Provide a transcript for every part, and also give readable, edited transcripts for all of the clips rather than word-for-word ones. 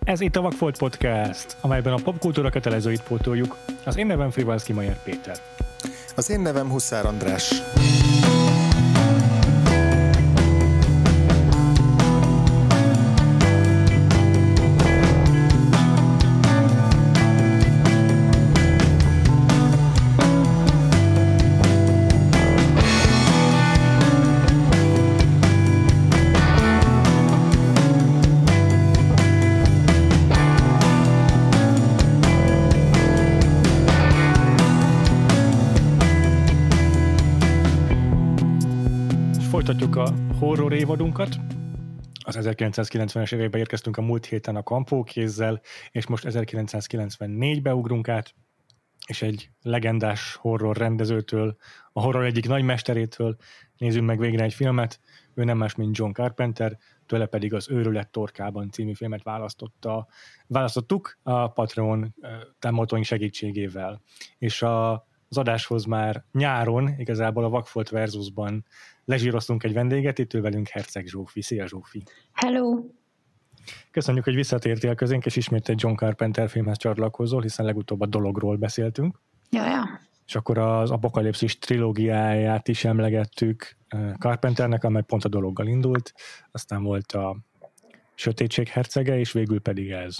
Ez itt a Vakfolt Podcast, amelyben a popkultúra kötelezőit pótoljuk. Az én nevem Frivalszki Majer Péter. Az én nevem Huszár András. Folytatjuk a horror évadunkat. Az 1990-es évekbe érkeztünk a múlt héten a Kampókézzel, és most 1994-be ugrunk át, és egy legendás horror rendezőtől, a horror egyik nagy mesterétől nézzünk meg végre egy filmet. Ő nem más, mint John Carpenter, tőle pedig az Őrület torkában című filmet választottuk a Patreon támogatóink segítségével. És az adáshoz már nyáron, igazából a Vakfolt Versusban lezsíroztunk egy vendéget, itt ő velünk Herceg Zsófi. Szia Zsófi! Hello! Köszönjük, hogy visszatértél közénk, és ismét egy John Carpenter filmhez csatlakozol, hiszen legutóbb a Dologról beszéltünk. Ja. És akkor az Apokalipszis trilógiáját is emlegettük Carpenternek, amely pont a Dologgal indult, aztán volt a Sötétség hercege, és végül pedig ez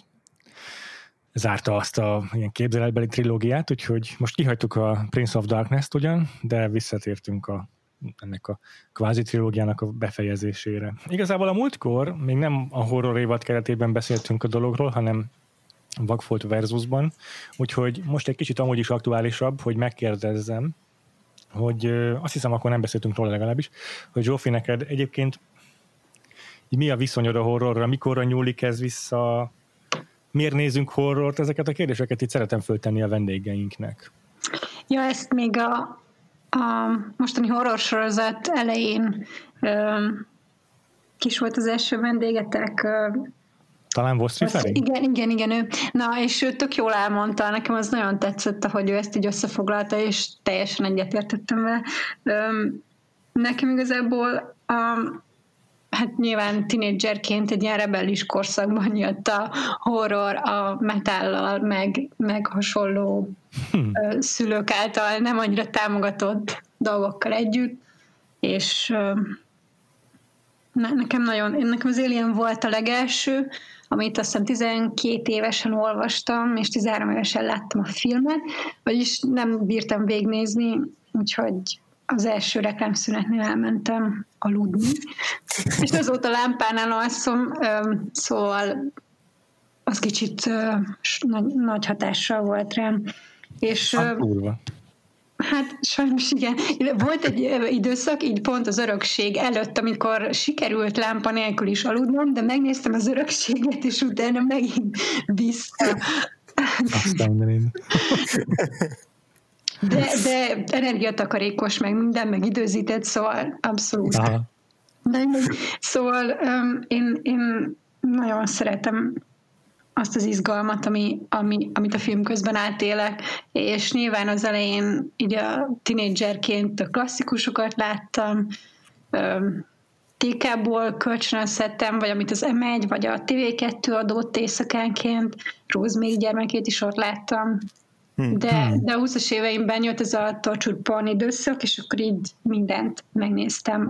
zárta azt a ilyen képzeletbeli trilógiát, úgyhogy most kihagytuk a Prince of Darkness-t ugyan, de visszatértünk ennek a kvázi trilógiának a befejezésére. Igazából a múltkor még nem a horror évad keretében beszéltünk a Dologról, hanem Vakfolt Versusban, úgyhogy most egy kicsit amúgy is aktuálisabb, hogy megkérdezzem, hogy azt hiszem, akkor nem beszéltünk róla legalábbis, hogy Zsófi, neked egyébként mi a viszonyod a horrorra, mikorra nyúlik ez vissza, miért nézünk horrort, ezeket a kérdéseket itt szeretem föltenni a vendégeinknek. Ja, ezt még a mostani horror sorozat elején kis volt az első vendégetek. Talán Vosztri Feri? Igen, ő. Na, és ő tök jól elmondta, nekem az nagyon tetszett, ahogy ő ezt így összefoglalta, és teljesen egyetértettem vele. Nekem igazából hát nyilván tínédzserként egy ilyen rebellis korszakban jött a horror a metállal, meg hasonló szülők által nem annyira támogatott dolgokkal együtt, és nekem az Alien volt a legelső, amit azt hiszem 12 évesen olvastam, és 13 évesen láttam a filmet, vagyis nem bírtam végignézni, úgyhogy az első reklámszünetnél elmentem aludni, és azóta lámpánál alszom, szóval az kicsit nagy hatással volt rám. És hát sajnos igen. Volt egy időszak, így pont az Örökség előtt, amikor sikerült lámpa nélkül is aludnom, de megnéztem az Örökséget, és utána megint vissza. De energiatakarékos, meg minden, meg időzített, szóval abszolút. Szóval én nagyon szeretem azt az izgalmat, amit a film közben átélek, és nyilván az elején így a tínédzserként a klasszikusokat láttam, TK-ból kölcsönözhettem, vagy amit az M1, vagy a TV2 adott éjszakánként, Rosemary gyermekét is ott láttam, de a 20-as éveimben jött ez a torture porn időszak, és akkor így mindent megnéztem,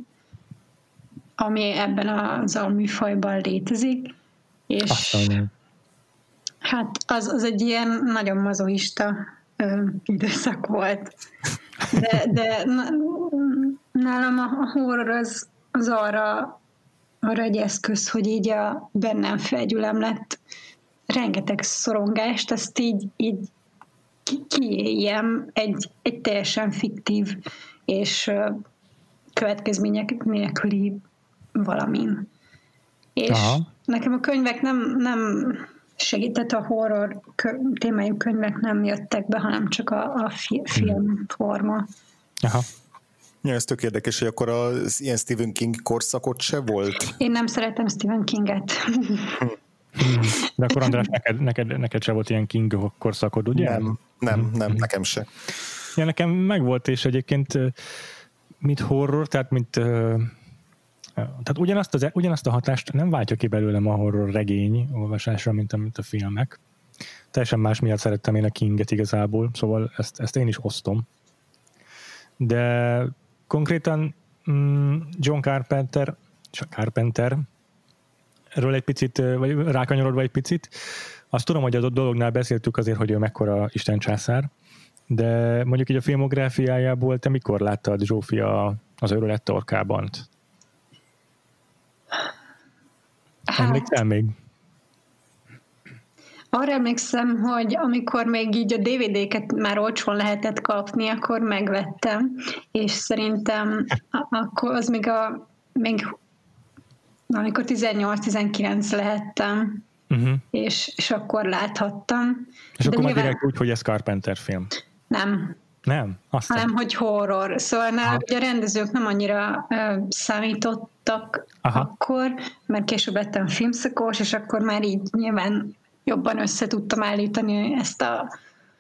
ami ebben az alműfajban létezik, és hát az egy ilyen nagyon mazochista időszak volt. De nálam a horror az arra egy eszköz, hogy így a bennem felgyülem lett rengeteg szorongást, azt így kiéljem egy teljesen fiktív és következmények nélküli valamin. És nekem a könyvek nem segített, a horror témájú könyvek nem jöttek be, hanem csak a filmforma. Aha. Ja, ez tök érdekes, hogy akkor az ilyen Stephen King korszakot se volt? Én nem szeretem Stephen Kinget. De akkor András, neked se volt ilyen King korszakod, ugye? Nem, nekem se. Ja, nekem megvolt, és egyébként mint horror, tehát mint Tehát ugyanazt a hatást nem váltja ki belőlem a horror regény olvasásra, mint a filmek. Teljesen más miatt szerettem én a Kinget igazából, szóval ezt én is osztom. De konkrétan John Carpenter erről egy picit, vagy rákanyarodva egy picit, azt tudom, hogy a dolognál beszéltük azért, hogy ő mekkora istentcsászár, de mondjuk így a filmográfiájából te mikor láttad, Zsófia, az Őrület torkában? Emlékszel még? Arra emlékszem, hogy amikor még így a DVD-ket már olcsón lehetett kapni, akkor megvettem, és szerintem akkor az még amikor 18-19 lehettem, és akkor láthattam. És akkor már direkt úgy, hogy ez Carpenter film? Nem. Nem? Aztán. Hanem, hogy horror. Szóval ugye a rendezők nem annyira számítottak akkor, mert később lettem filmszakos, és akkor már így nyilván jobban össze tudtam állítani ezt a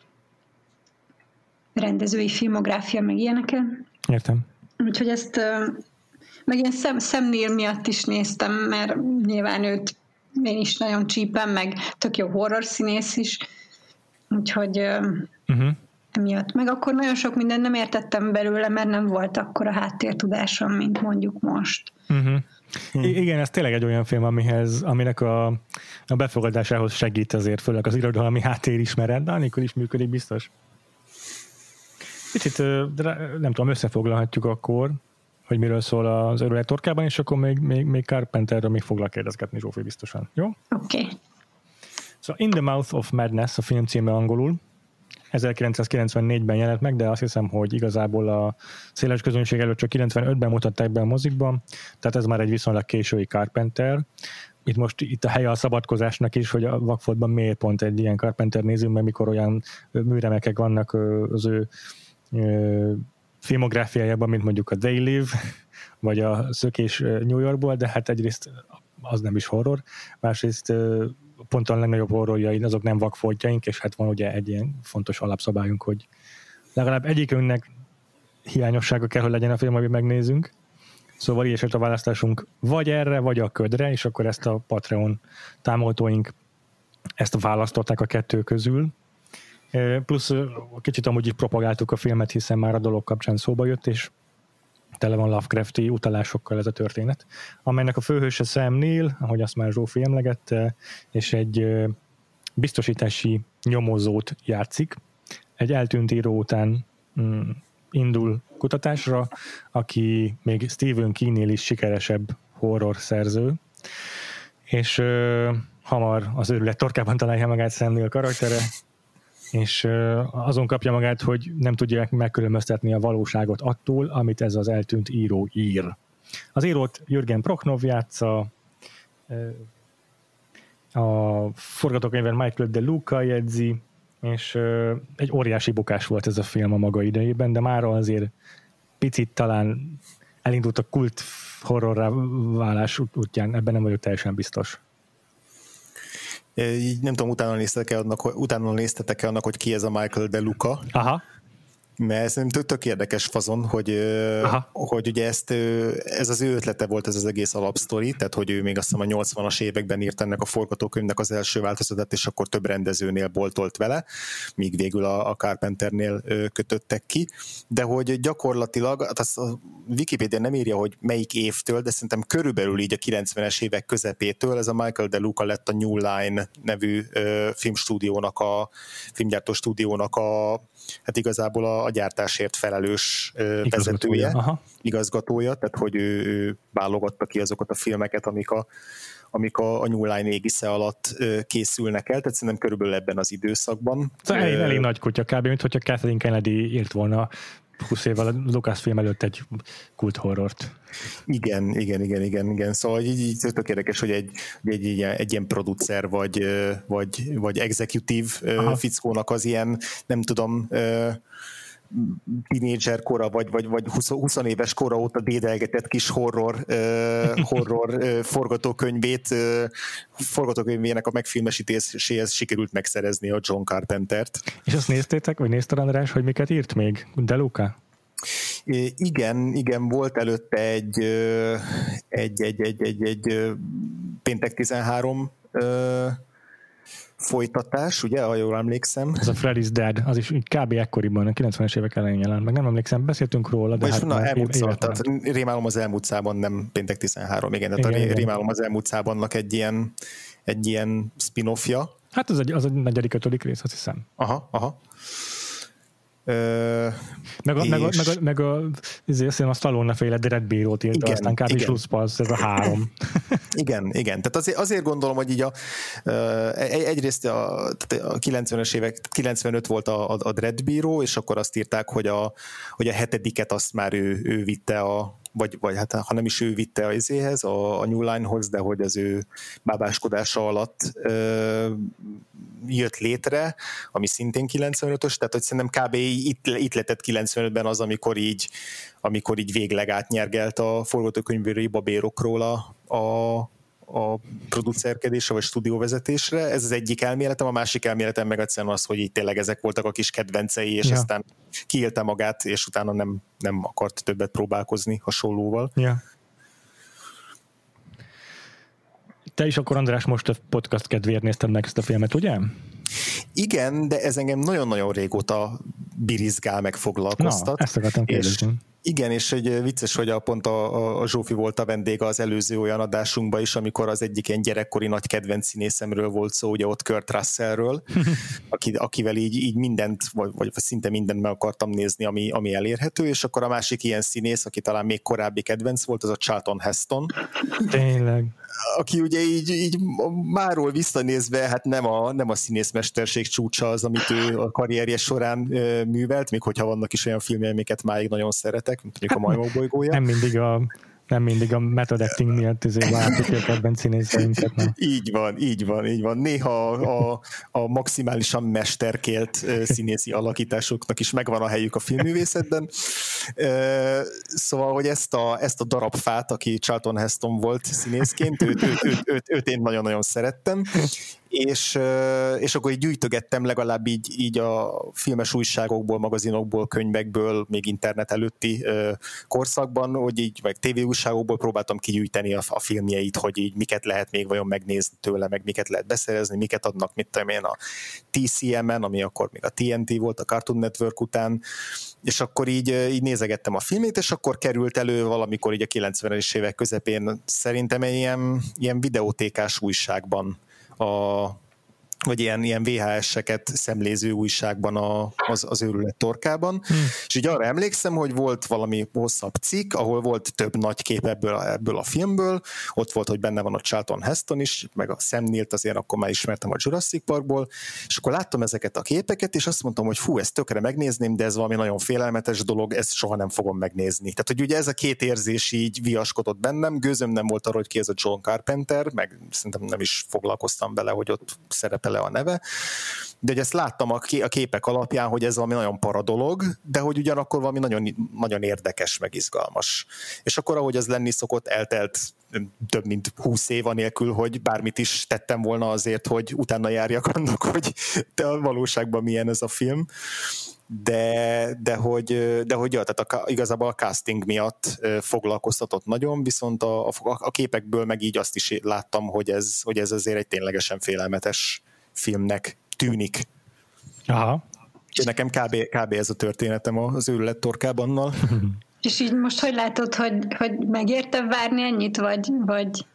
rendezői filmográfia, meg ilyeneket. Értem. Úgyhogy ezt meg ilyen Sam Neill miatt is néztem, mert nyilván őt én is nagyon csípem, meg tök jó horror színész is. Úgyhogy emiatt. Meg akkor nagyon sok mindent nem értettem belőle, mert nem volt akkora háttértudásom, mint mondjuk most. Igen, ez tényleg egy olyan film, aminek a befogadásához segít azért, főleg az irodalmi háttérismeret, de annélkül is működik biztos. Picit, nem tudom, összefoglalhatjuk akkor, hogy miről szól az Őrület torkában, és akkor még Carpenterről még foglak kérdezgetni, Zsófi, biztosan. Jó? Oké. Szóval In the Mouth of Madness a film címe angolul. 1994-ben jelent meg, de azt hiszem, hogy igazából a széles közönség előtt csak 95-ben mutatták be a mozikban, tehát ez már egy viszonylag késői Carpenter. Itt a helye a szabadkozásnak is, hogy a Vakfoltban miért pont egy ilyen Carpenter nézünk, mert mikor olyan műremekek vannak az ő filmográfiájában, mint mondjuk a They Live, vagy a Szökés New Yorkból, de hát egyrészt az nem is horror, másrészt pont a legnagyobb horrorjai, azok nem vakfoltjaink, és hát van ugye egy ilyen fontos alapszabályunk, hogy legalább egyikünknek hiányossága kell, hogy legyen a film, amit megnézünk. Szóval így esett a választásunk vagy erre, vagy a ködre, és akkor ezt a Patreon támogatóink ezt választották a kettő közül. Plusz kicsit amúgy is propagáltuk a filmet, hiszen már a dolog kapcsán szóba jött, és tele van Lovecrafti utalásokkal ez a történet, amelynek a főhőse Sam Neill, ahogy azt már Zsófi emlegette, és egy biztosítási nyomozót játszik. Egy eltűnt író után indul kutatásra, aki még Stephen Kingnél is sikeresebb horror szerző, és hamar az Őrület torkában találja magát Sam Neill karaktere, és azon kapja magát, hogy nem tudják megkülönböztetni a valóságot attól, amit ez az eltűnt író ír. Az írót Jürgen Prochnov játsza, a forgatókönyvet Michael De Luca jegyzi, és egy óriási bukás volt ez a film a maga idejében, de mára azért picit talán elindult a kult horrorrá válás útján, ebben nem vagyok teljesen biztos. Így nem tudom, utána néztetek-e annak, hogy ki ez a Michael De Luca? Aha. Mert ez nem tök érdekes fazon, hogy ugye ez az ő ötlete volt, ez az egész alapsztori, tehát hogy ő még azt hiszem a 80-as években írt ennek a forgatókönyvnek az első változatát, és akkor több rendezőnél boltolt vele, míg végül a Carpenternél kötöttek ki, de hogy gyakorlatilag, az a Wikipedia nem írja, hogy melyik évtől, de szerintem körülbelül így a 90-es évek közepétől ez a Michael De Luca lett a New Line nevű filmgyártó stúdiónak hát igazából a gyártásért felelős vezetője, igazgatója, tehát hogy ő válogatta ki azokat a filmeket, amik a New Line égisze alatt készülnek el, tehát szerintem körülbelül ebben az időszakban. Elég nagy kutya kb., mint hogyha Kathleen Kennedy írt volna 20 évvel a Lucasfilm előtt egy kult horrort. Igen. Szóval így tök érdekes, hogy egy ilyen producer vagy executive fickónak az ilyen, nem tudom, tínédzser kora, vagy 20 éves kora óta dédelgetett kis horror forgatókönyvének a megfilmesítéséhez sikerült megszerezni a John Carpentert. És azt néztétek, vagy nézted, András, hogy miket írt még De Luca? Igen, volt előtte egy Péntek 13 folytatás, ugye, ha jól emlékszem. Ez a Freddy's Dead, az is kb. Ekkoriban, a 90-es évek elején jelent, meg nem emlékszem, beszéltünk róla, de Rémálom az elmúlt szában, nem Péntek 13, igen, tehát a Rémálom az elmúlt szábannak egy ilyen spin-offja. Hát az egy negyedik, ötödik rész, azt hiszem. Aha. Meg a Stallone-féle Dread Bírót írta, aztán kb. Schlusspalsz, ez a 3. Igen. Tehát azért gondolom, hogy így egyrészt a 90-es évek, 95 volt a Dread Bíró, és akkor azt írták, hogy a hetediket azt már ő vitte vagy hát ha nem is ő vitte a New Line-hoz, de hogy az ő bábáskodása alatt jött létre, ami szintén 95-ös, tehát hogy szerintem kb. Itt letett 95-ben az, amikor így végleg átnyergelt a forgatókönyvírói babérokról a producerkedésre vagy stúdióvezetésre. Ez az egyik elméletem, a másik elméletem meg egyszerűen az, hogy így tényleg ezek voltak a kis kedvencei, és aztán kiélte magát, és utána nem akart többet próbálkozni hasonlóval. Ja. Te is akkor, András, most a podcast kedvéért nézted meg ezt a filmet, ugye? Igen, de ez engem nagyon-nagyon régóta birizgál, meg foglalkoztat. Na, ezt akartam kérdezni. Igen, és egy vicces, hogy pont a Zsófi volt a vendége az előző olyan adásunkban is, amikor az egyik ilyen gyerekkori nagy kedvenc színészemről volt szó, ugye ott Kurt Russellről, akivel így mindent, vagy szinte mindent meg akartam nézni, ami elérhető, és akkor a másik ilyen színész, aki talán még korábbi kedvenc volt, az a Charlton Heston. Tényleg. Aki ugye így máról visszanézve, hát nem a színészmesterség csúcsa az, amit ő a karrierje során művelt, még hogyha vannak is olyan filmje, amiket máig nagyon szeretek, mint mondjuk a Majmok bolygója. Nem mindig a method acting miatt váltuk a kedvenc színészeinket. Így van. Néha a maximálisan mesterkélt színészi alakításoknak is megvan a helyük a filmművészetben. Szóval, hogy ezt a darabfát, aki Charlton Heston volt színészként, őt én nagyon-nagyon szerettem. És akkor így gyűjtögettem legalább így a filmes újságokból, magazinokból, könyvekből, még internet előtti korszakban, hogy így, meg tévéújságokból próbáltam kigyűjteni a filmjeit, hogy így miket lehet még vajon megnézni tőle, meg miket lehet beszerezni, miket adnak, mit tudom én, a TCM-en, ami akkor még a TNT volt, a Cartoon Network után, és akkor így nézegettem a filmét, és akkor került elő valamikor így a 90-es évek közepén szerintem egy ilyen videótékás újságban, vagy ilyen VHS-eket szemléző újságban az Őrület torkában. És így arra emlékszem, hogy volt valami hosszabb cikk, ahol volt több nagy kép ebből a filmből, ott volt, hogy benne van a Charlton Heston is, meg a Sam Neill-t azért akkor már ismertem a Jurassic Parkból, és akkor láttam ezeket a képeket, és azt mondtam, hogy ezt tökre megnézném, de ez valami nagyon félelmetes dolog, ezt soha nem fogom megnézni. Tehát, hogy ugye ez a két érzés így viaskodott bennem, gőzöm nem volt arra, hogy ki ez a John Carpenter, meg szerintem nem is foglalkoztam bele, hogy ott szerepel a neve, de hogy ezt láttam a képek alapján, hogy ez valami nagyon para dolog, de hogy ugyanakkor valami nagyon, nagyon érdekes, meg izgalmas. És akkor, ahogy ez lenni szokott, eltelt több mint 20 év anélkül, hogy bármit is tettem volna azért, hogy utána járjak annak, hogy a valóságban milyen ez a film. De hogy ja, tehát igazából a casting miatt foglalkoztatott nagyon, viszont a képekből meg így azt is láttam, hogy ez azért egy ténylegesen félelmetes filmnek tűnik. Aha. És nekem kb. Ez a történetem az Őrület torkában. És így most hogy látod, hogy megérte várni ennyit, vagy...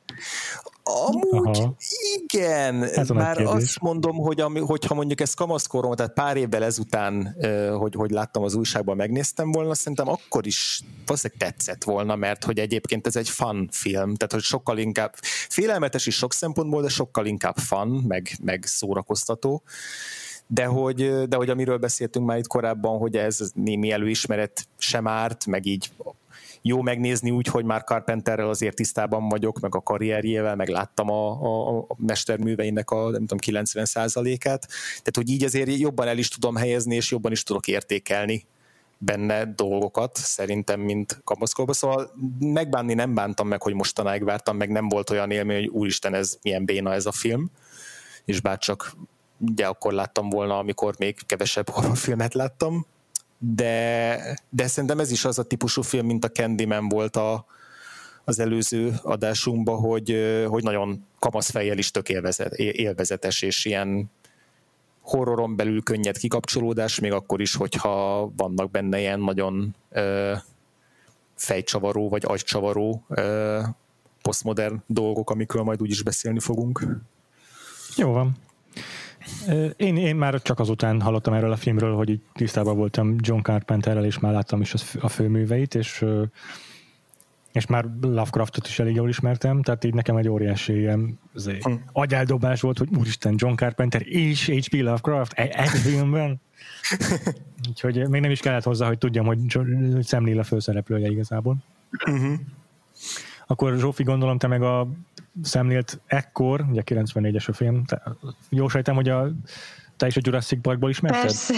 Amúgy igen, már azt mondom, hogyha mondjuk ez kamaszkorom, tehát pár évvel ezután, hogy láttam az újságban, megnéztem volna, szerintem akkor is valószínűleg tetszett volna, mert hogy egyébként ez egy fun film, tehát hogy sokkal inkább félelmetes is sok szempontból, de sokkal inkább fun, meg szórakoztató. De hogy amiről beszéltünk már itt korábban, hogy ez némi előismeret sem árt, meg így jó megnézni úgy, hogy már Carpenterrel azért tisztában vagyok, meg a karrierjével, meg láttam a mesterműveinek a nem tudom, 90%-át. Tehát, hogy így azért jobban el is tudom helyezni, és jobban is tudok értékelni benne dolgokat, szerintem, mint kamaszkorban. Szóval megbánni nem bántam meg, hogy mostanáig vártam, meg nem volt olyan élmény, hogy úristen, ez milyen béna ez a film, és bárcsak ugye akkor láttam volna, amikor még kevesebb horrorfilmet láttam, de szerintem ez is az a típusú film, mint a Candyman volt az előző adásunkban, hogy nagyon kamaszfejjel is tök élvezetes, és ilyen horroron belül könnyed kikapcsolódás, még akkor is, hogyha vannak benne ilyen nagyon fejcsavaró vagy agycsavaró posztmodern dolgok, amikről majd úgyis beszélni fogunk. Jó van. Én már csak azután hallottam erről a filmről, hogy így tisztában voltam John Carpenterrel, és már láttam is a főműveit, és már Lovecraftot is elég jól ismertem, tehát így nekem egy óriási ilyen agyeldobás volt, hogy úristen, John Carpenter és H.P. Lovecraft egy filmben. Úgyhogy még nem is kellett hozzá, hogy tudjam, hogy Sam Neill a főszereplője igazából. Akkor Zsófi, gondolom te meg a Sam Neilt ekkor, ugye 94-es a film, jól sejtem, hogy te is a Jurassic Parkból ismerted? Persze.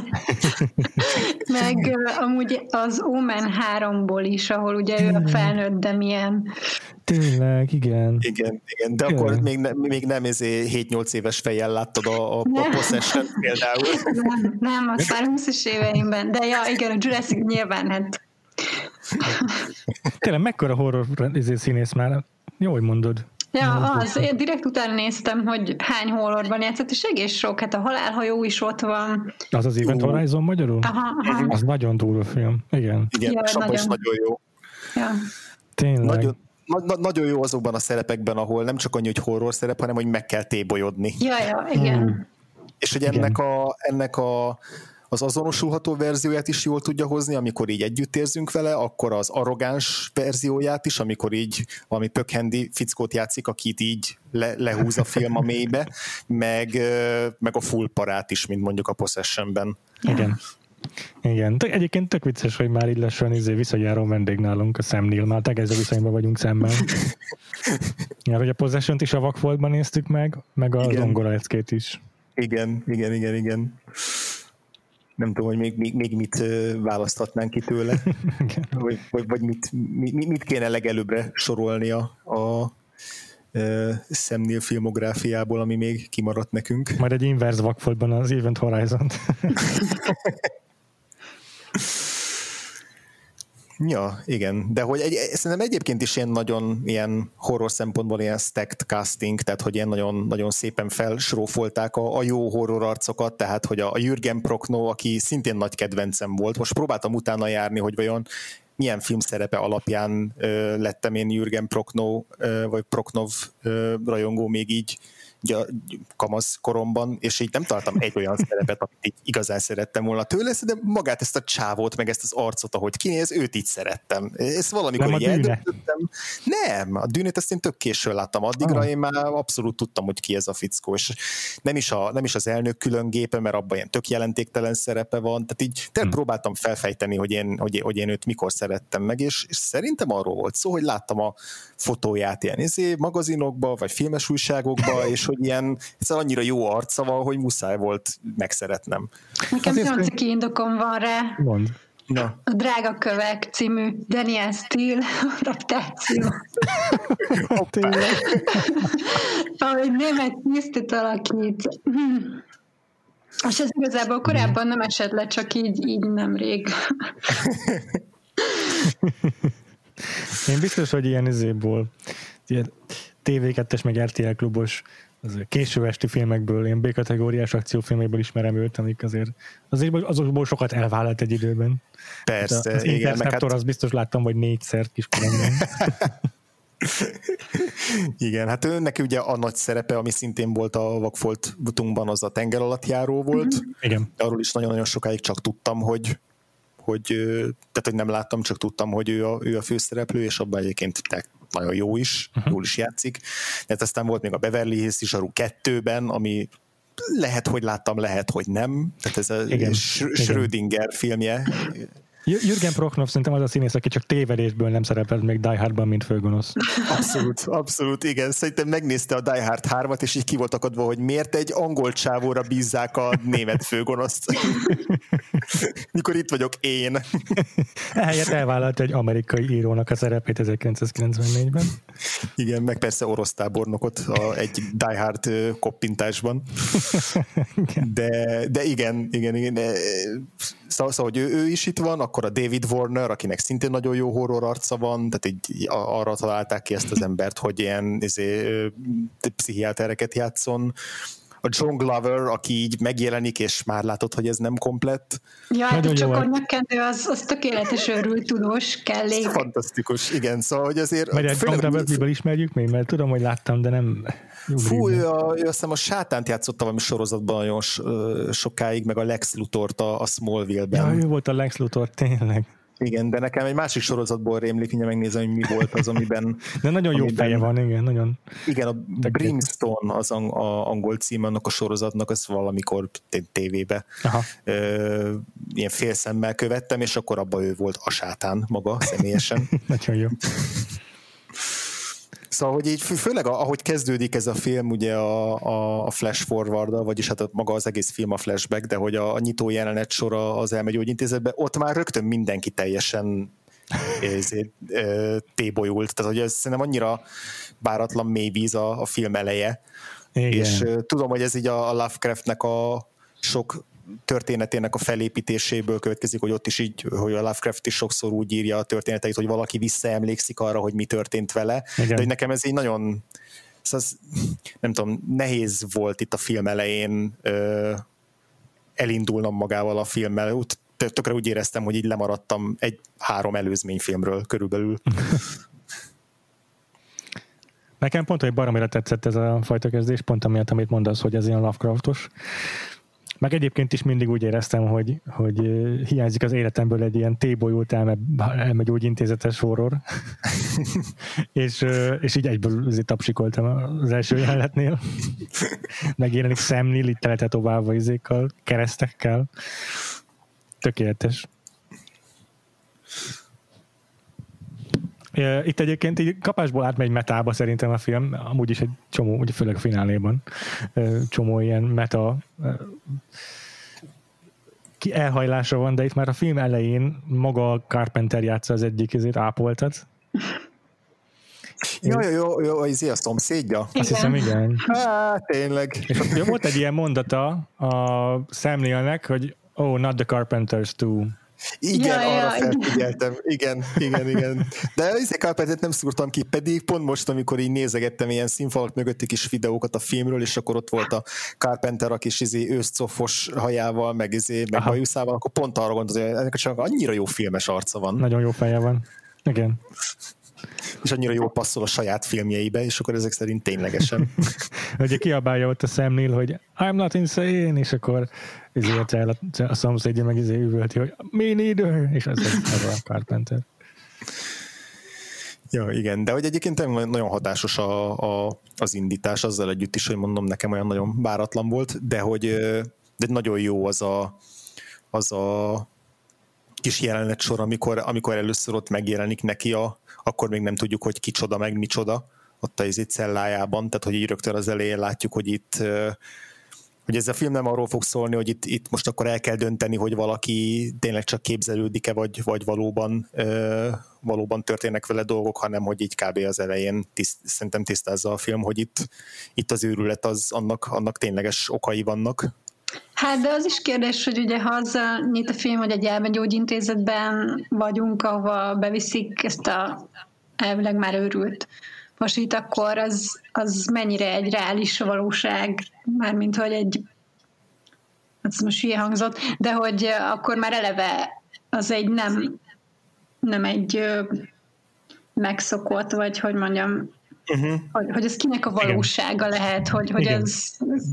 Meg amúgy az Omen 3-ból is, ahol ugye ő a felnőtt Damien. Tényleg, igen. Igen, de akkor még nem 7-8 éves fejjel láttad a Possession például. Nem, az már 20-es éveimben, de ja, igen, a Jurassic nyilván, hát. Tényleg, mekkora horror színész már? Jó, hogy mondod. Ja, én direkt utána néztem, hogy hány horrorban játszott, és egész sok, hát a Halálhajó is ott van. Az az Event Horizon magyarul? Aha. Az nagyon durva film, igen. Igen, ja, és nagyon jó. Ja. Tényleg. Nagyon jó azokban a szerepekben, ahol nem csak annyi, hogy horror szerep, hanem hogy meg kell tébolyodni. Ja, igen. És hogy ennek az azonosulható verzióját is jól tudja hozni, amikor így együtt érzünk vele, akkor az arrogáns verzióját is, amikor így valami pökhendi fickót játszik, akit így lehúz a film a mélybe, meg a full parát is, mint mondjuk a Possessionben. Igen. Egyébként tök vicces, hogy már így lassan visszajáró vendég nálunk a Sam Neill, már tegező viszonyban vagyunk szemmel. Ja, hogy a Possession-t is a Vakfoltban néztük meg a Zongora leckét is. Igen. Nem tudom, hogy még mit választhatnánk ki tőle, vagy mit kéne legelőbbre sorolni a Sam Neill filmográfiából, ami még kimaradt nekünk. Majd egy inverse Vakfoltban az Event Horizon-t. Ja, igen, de hogy szerintem egyébként is ilyen horror szempontból ilyen stacked casting, tehát hogy ilyen nagyon, nagyon szépen felsrófolták a jó horror arcokat, tehát hogy a Jürgen Prochnow, aki szintén nagy kedvencem volt, most próbáltam utána járni, hogy vajon milyen filmszerepe alapján lettem én Jürgen Prochnow, vagy Prochnow rajongó még így kamasz koromban, és így nem találtam egy olyan szerepet, amit így igazán szerettem volna tőle, de magát ezt a csávót, meg ezt az arcot, ahogy kinéz, őt így szerettem. Ezt valamikor így eldöntöttem. Nem, a Dűnét ezt én tök későn láttam. Addigra én már abszolút tudtam, hogy ki ez a fickó, és nem is az elnök külön gépe, mert abban ilyen tök jelentéktelen szerepe van, tehát így próbáltam felfejteni, hogy én őt mikor szerettem meg, és szerintem arról volt szó, hogy láttam a fotóját ilyen magazinokba, vagy filmes újságokba, és hogy ilyen annyira jó arca van, hogy muszáj volt megszeretnem. Nekem nyolc indokom van rá. Mond. Na. A Drága kövek című Daniel Steele adaptáció. Ahogy német tisztit alakít. És ez igazából korábban nem esett le, csak így nemrég. Én biztos, hogy ilyen ilyen TV2-es meg RTL klubos késő esti filmekből, ilyen B-kategóriás akciófilmekből ismerem őt, amik azért azokból sokat elvállalt egy időben. Persze. Az Interceptor, az biztos láttam, vagy 4-szer kiskoromban. Igen, hát neki ugye a nagy szerepe, ami szintén volt a Vakfoltunkban, az a tengeralattjáró volt. Igen. Arról is nagyon-nagyon sokáig csak tudtam, hogy nem láttam, csak tudtam, hogy ő a főszereplő, és abban egyébként nagyon jó is, jól is játszik. Tehát aztán volt még a Beverly Hills Zsaru 2-ben, ami lehet, hogy láttam, lehet, hogy nem. Tehát ez a Schrödinger filmje. Jürgen Prochnow szerintem az a színész, aki csak tévedésből nem szerepelt még Die Hardban, mint főgonosz. Abszolút, igen. Szerintem megnézte a Die Hard 3-at, és így ki volt akadva, hogy miért egy angol csávóra bízzák a német főgonoszt. Mikor itt vagyok én. Ehelyett elvállalta egy amerikai írónak a szerepét 1994-ben. Igen, meg persze orosz tábornokot egy Die Hard koppintásban. De igen. Szóval, hogy ő is itt van, akkor a David Warner, akinek szintén nagyon jó horror arca van, tehát így arra találták ki ezt az embert, hogy ilyen pszichiátereket játszon. A John Glover, aki így megjelenik, és már látod, hogy ez nem komplett. Ja, hát a csokornyakkendő, az tökéletes őrült tudós kellék. Fantasztikus, igen, szóval, hogy azért... Vagy egy John Glover, miből ismerjük még, mert tudom, hogy láttam, de nem... Fú, ő azt hiszem a sátánt játszotta valami sorozatban nagyon sokáig, meg a Lex Luthort a Smallville-ben. Ja, ő volt a Lex Luthor, tényleg. Igen, de nekem egy másik sorozatból rémlik, mindjárt megnézem, hogy mi volt az, amiben... De nagyon jó feje van, igen, nagyon... Igen, a Brimstone az angol cím annak a sorozatnak, az valamikor tévébe ilyen félszemmel követtem, és akkor abban ő volt a sátán maga személyesen. Nagyon jó. Szóval, hogy így főleg ahogy kezdődik ez a film, ugye a flash forward-dal, vagyis hát maga az egész film a flashback, de hogy a nyitó jelenet sora az elmegyógyintézetben, ott már rögtön mindenki teljesen tébolyult. Tehát, hogy ez szerintem annyira váratlan mélyvíz a film eleje. Igen. És tudom, hogy ez így a Lovecraftnek a sok történetének a felépítéséből következik, hogy ott is így, hogy a Lovecraft is sokszor úgy írja a történeteit, hogy valaki visszaemlékszik arra, hogy mi történt vele. Igen. De hogy nekem ez így nagyon, nem tudom, nehéz volt itt a film elején elindulnom magával a filmmel. Tökre úgy éreztem, hogy így lemaradtam 3 előzményfilmről körülbelül. Nekem pont, hogy baromira tetszett ez a fajta kezdés, pont amiatt, amit mondasz, hogy ez ilyen Lovecraftos. Meg egyébként is mindig úgy éreztem, hogy hiányzik az életemből egy ilyen tébolyult elmegyógyintézetes horror. és így egyből tapsikoltam az első jelenetnél. Megjelenik Sam Neill, itt teletetoválva izékkal, keresztekkel. Tökéletes. Itt egyébként így kapásból átmegy metába szerintem a film, amúgy is egy csomó, ugye főleg a fináléban, csomó ilyen meta elhajlása van, de itt már a film elején maga Carpenter játsza az egyik ápoltat. Jó, ez a szomszédja? Igen. Azt hiszem, igen. Tényleg. És volt egy ilyen mondata a Sam Neillnek, hogy not the Carpenters too. Igen, arra felfigyeltem. Igen. De ezek Carpentert nem szúrtam ki, pedig pont most, amikor így nézegettem ilyen színfalak mögötti kis videókat a filmről, és akkor ott volt a Carpenter a kis őszcofos hajával, meg bajuszával, akkor pont arra gondoltam, hogy ennek csak annyira jó filmes arca van. Nagyon jó feje van. Igen. És annyira jól passzol a saját filmjeibe, és akkor ezek szerint ténylegesen. Ugye kiabálja ott a Sam Neill, hogy I'm not insane, és akkor a szomszédja meg üvölti, hogy me neither, és ez a Carpenter. Ja, igen, de hogy egyébként nagyon hatásos az indítás, azzal együtt is, hogy mondom, nekem olyan nagyon váratlan volt, de nagyon jó az a kis jelenet sor, amikor először ott megjelenik neki akkor még nem tudjuk, hogy kicsoda meg micsoda ott a cellájában, tehát hogy így rögtön az elején látjuk, hogy hogy ez a film nem arról fog szólni, hogy itt most akkor el kell dönteni, hogy valaki tényleg csak képzelődik-e, vagy valóban történnek vele dolgok, hanem hogy így kb. Az elején szerintem tisztázza a film, hogy itt az őrület annak tényleges okai vannak. Hát de az is kérdés, hogy ugye ha azzal nyit a film, hogy egy elmegyógyintézetben vagyunk, ahova beviszik ezt a elvileg már őrült pasit, akkor az mennyire egy reális valóság, mármint hogy ez most hülye hangzott, de hogy akkor már eleve az egy nem egy megszokott, vagy hogy mondjam, hogy ez kinek a valósága lehet, hogy ez...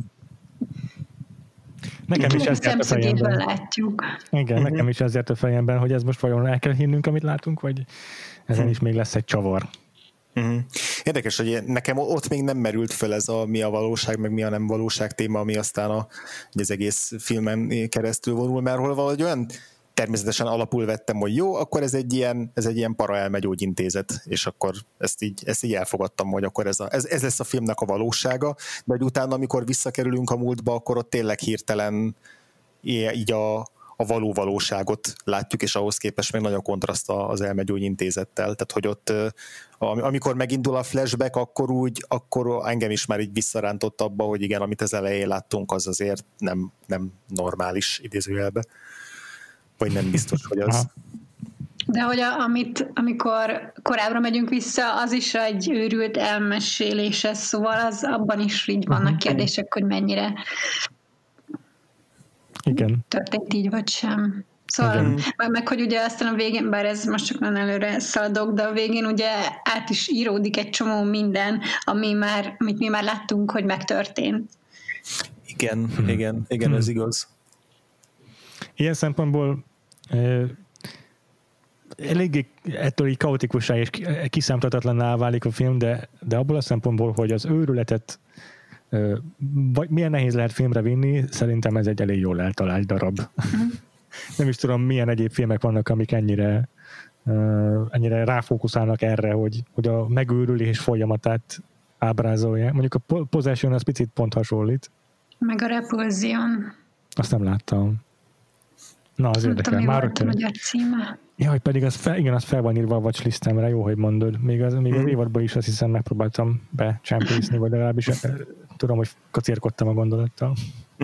Nekem is ezért a fejemben. Látjuk. Igen, nekem is ezért a fejemben, hogy ez most vajon el kell hinnünk, amit látunk, vagy ezen is még lesz egy csavar. Érdekes, hogy nekem ott még nem merült fel ez mi a valóság, meg mi a nem valóság téma, ami aztán az egész filmen keresztül vonul, mert hol valahogy olyan természetesen alapul vettem, hogy jó, akkor ez egy ilyen para-elmegyógyintézet, és akkor ezt így elfogadtam, hogy akkor ez lesz a filmnek a valósága, de hogy utána, amikor visszakerülünk a múltba, akkor ott tényleg hirtelen így a valóságot látjuk, és ahhoz képest meg nagy a kontraszt az elmegyógyintézettel. Tehát, hogy ott amikor megindul a flashback, akkor engem is már így visszarántott abba, hogy igen, amit az elején láttunk, az azért nem normális idézőjelbe. vagy nem biztos, hogy az. De hogy amikor korábbra megyünk vissza, az is egy őrült elmesélése, szóval az abban is így vannak kérdések, hogy mennyire történt így, vagy sem. Szóval, meg hogy ugye aztán a végén, bár ez most csak nagyon előre szaladok, de a végén ugye át is íródik egy csomó minden, amit mi már láttunk, hogy megtörtént. Igen, ez igaz. Ilyen szempontból eléggé ettől így kaotikussá és kiszámíthatatlanná válik a film, de abból a szempontból, hogy az őrületet milyen nehéz lehet filmre vinni, szerintem ez egy elég jól eltalált darab. Nem is tudom, milyen egyéb filmek vannak, amik ennyire ráfókuszálnak erre, hogy a megőrülés folyamatát ábrázolják. Mondjuk a Possession az picit pont hasonlít. Meg a Repulsion. Azt nem láttam. Na, az érdekel. Már volt a magyar címe. Jaj, pedig az fel van írva a watchlistemre, jó, hogy mondod. Még az évadban is azt hiszem megpróbáltam becsempészni, vagy legalábbis tudom, hogy kacérkodtam a gondolattal.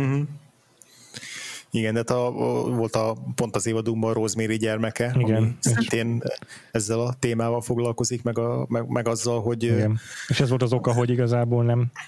Igen, de volt pont az évadunkban a Rosemary gyermeke, igen, ami szintén ezzel a témával foglalkozik, meg azzal, hogy... Igen. És ez volt az oka, hogy igazából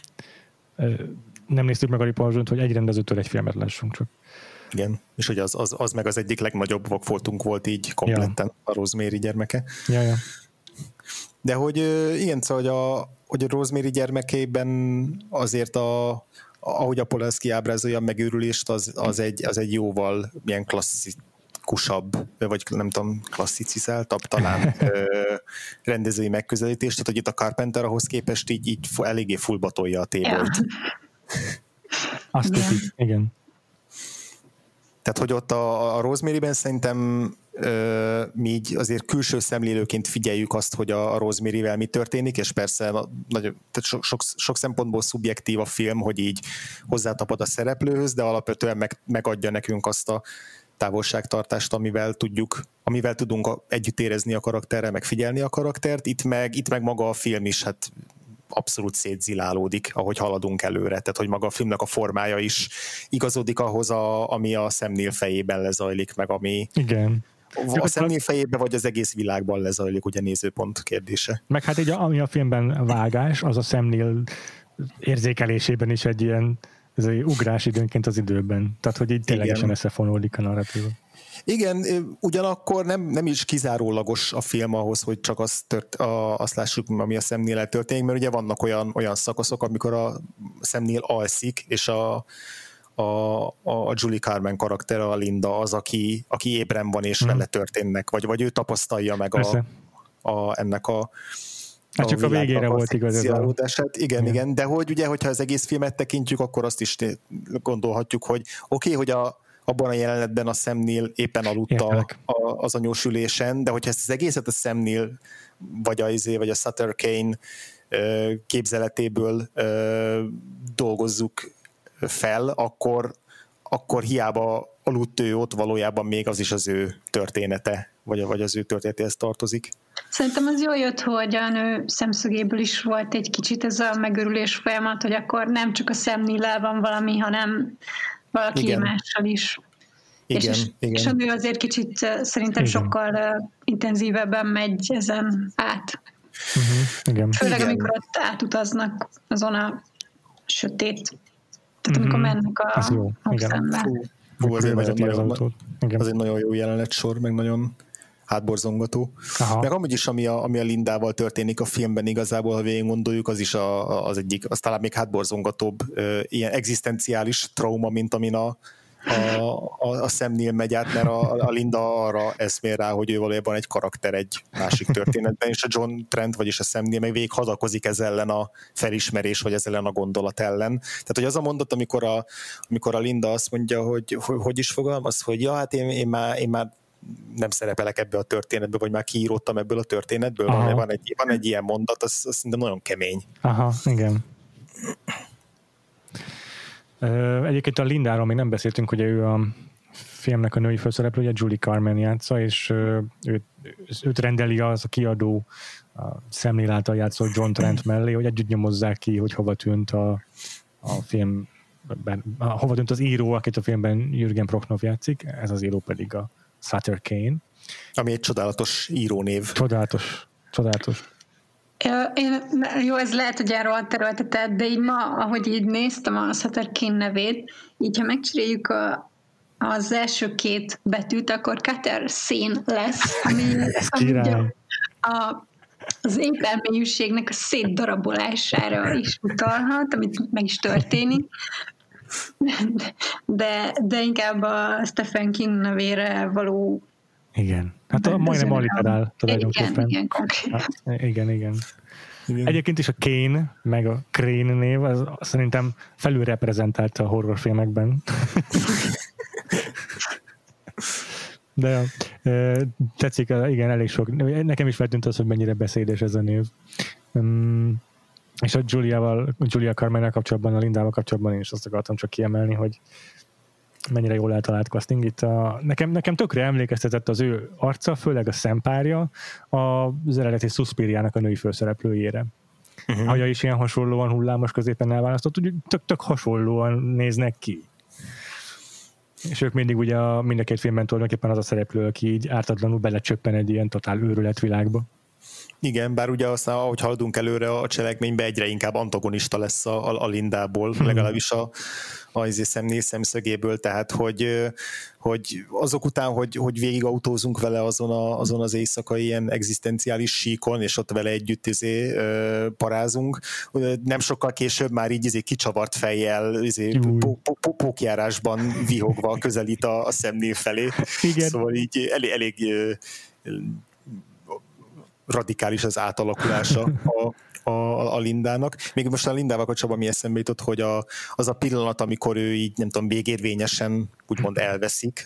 nem néztük meg a Repulsion-t, hogy egy rendezőtől egy filmet lássunk csak. Igen, és hogy az meg az egyik legnagyobb vakfoltunk volt így kompletten a Rosemary gyermeke. Ja. De hogy igen, szóval, hogy a Rosemary gyermekében azért ahogy a Polanski ábrázolja a megőrülést, az egy jóval ilyen klasszikusabb, vagy nem tudom, klasszicizáltabb talán rendezői megközelítés, tehát hogy itt a Carpenter ahhoz képest így eléggé fullbatolja a tébolyt. Azt igen. Tehát, hogy ott a Rosemary-ben szerintem mi így azért külső szemlélőként figyeljük azt, hogy a Rosemary-vel mi történik, és persze tehát sok szempontból szubjektív a film, hogy így hozzátapad a szereplőhöz, de alapvetően megadja nekünk azt a távolságtartást, amivel tudunk együtt érezni a karakterrel, meg figyelni a karaktert. Itt meg maga a film is hát abszolút szétzilálódik, ahogy haladunk előre. Tehát, hogy maga a filmnek a formája is igazodik ahhoz, ami a Sam Neill fejében lezajlik, meg ami a Sam Neill fejében, vagy az egész világban lezajlik, ugye nézőpont kérdése. Meg hát így, ami a filmben vágás, az a Sam Neill érzékelésében is egy ilyen ugrás időnként az időben. Tehát, hogy így ténylegesen összefonódik a narratíva. Igen, ugyanakkor nem is kizárólagos a film ahhoz, hogy csak azt lássuk, ami a Sam Neill-el történik, mert ugye vannak olyan szakaszok, amikor a Sam Neill alszik, és a Julie Carmen karaktere, a Linda az, aki ébren van, és vele történnek, vagy ő tapasztalja meg ennek a hát csak a végére volt igaz ez a... Igen, de hogy ugye, hogyha az egész filmet tekintjük, akkor azt is gondolhatjuk, hogy oké, hogy abban a jelenetben a Sam Neill éppen aludta az anyósülésen, de hogyha ezt az egészet a Sam Neill vagy a Sutter Kane képzeletéből dolgozzuk fel, akkor hiába aludt ő ott, valójában még az is az ő története, vagy az ő történetéhez tartozik. Szerintem az jól jött, hogy a nő szemszögéből is volt egy kicsit ez a megőrülés folyamat, hogy akkor nem csak a Sam Neill-el van valami, hanem valaki mással is. Igen. És a nő azért kicsit szerintem sokkal intenzívebben megy ezen át. Igen. Főleg amikor ott átutaznak azon a sötét, tehát amikor mennek a hangszembe. Az egy nagyon jó jelenet-sor, meg nagyon hátborzongató. Meg amúgy is, ami a Lindával történik a filmben igazából, ha végig gondoljuk, az is az egyik, az talán még hátborzongatóbb ilyen egzisztenciális trauma, mint amin a Sam Neill megy át, mert a Linda arra eszmél rá, hogy ő valójában egy karakter egy másik történetben, és a John Trent, vagyis a Sam Neill meg végig hadakozik ez ellen a felismerés, vagy ez ellen a gondolat ellen. Tehát, hogy az a mondat, amikor a Linda azt mondja, hogy is fogalmaz, hogy ja, hát én már nem szerepelek ebbe a történetbe, vagy már kiíródtam ebből a történetből, van egy ilyen mondat, az szerintem nagyon kemény. Aha, igen. Egyébként a Lindáról még nem beszéltünk, hogy ő a filmnek a női főszereplője, Julie Carmen játsza, és őt rendeli az a kiadó a Sam Neill által játszott John Trent mellé, hogy együtt nyomozzák ki, hogy hova tűnt a filmben, hova tűnt az író, akit a filmben Jürgen Prochnow játszik, ez az író pedig a Sutter Kane. Ami egy csodálatos írónév. Csodálatos. Jó, ez lehet, hogy erről területet, de így ma, ahogy így néztem a Sutter Kane nevét, így ha megcsináljuk az első két betűt, akkor Cutter Szén lesz, ami ugye az épermélyűségnek a szétdarabolására is utalhat, amit meg is történik. De inkább a Stephen King nevére való. Igen. Hát majdnem alliterál tulajdonképpen. Igen, konkrét. Igen. Egyébként is a Kane, meg a Crane név, az szerintem felülreprezentálta a horrorfilmekben. De tetszik, igen, elég sok. Nekem is feltűnt az, hogy mennyire beszédes ez a név. És a Julia Carmennel kapcsolatban, a Lindával kapcsolatban én is azt akartam csak kiemelni, hogy mennyire jól eltalált casting. Itt nekem tökre emlékeztetett az ő arca, főleg a szempárja az eredeti Suspiriának a női főszereplőjére. Haja is ilyen hasonlóan hullámos középen elválasztott, úgy tök hasonlóan néznek ki. És ők mindig ugye mind a két filmben tulajdonképpen az a szereplő, aki így ártatlanul belecsöppen egy ilyen totál őrületvilágba. Igen, bár ugye aztán, ahogy haladunk előre a cselekménybe, egyre inkább antagonista lesz a Lindából, legalábbis az szemszögéből, tehát hogy azok után, hogy végigautózunk vele azon az éjszakai ilyen egzisztenciális síkon, és ott vele együtt parázunk, nem sokkal később már így kicsavart fejjel, pókjárásban vihogva közelít a szemnél felé. Igen. Szóval így elég radikális az átalakulása a Lindának. Még most a Lindával kapcsolatban mi eszembe jutott, hogy az a pillanat, amikor ő így, nem tudom, végérvényesen úgymond elveszik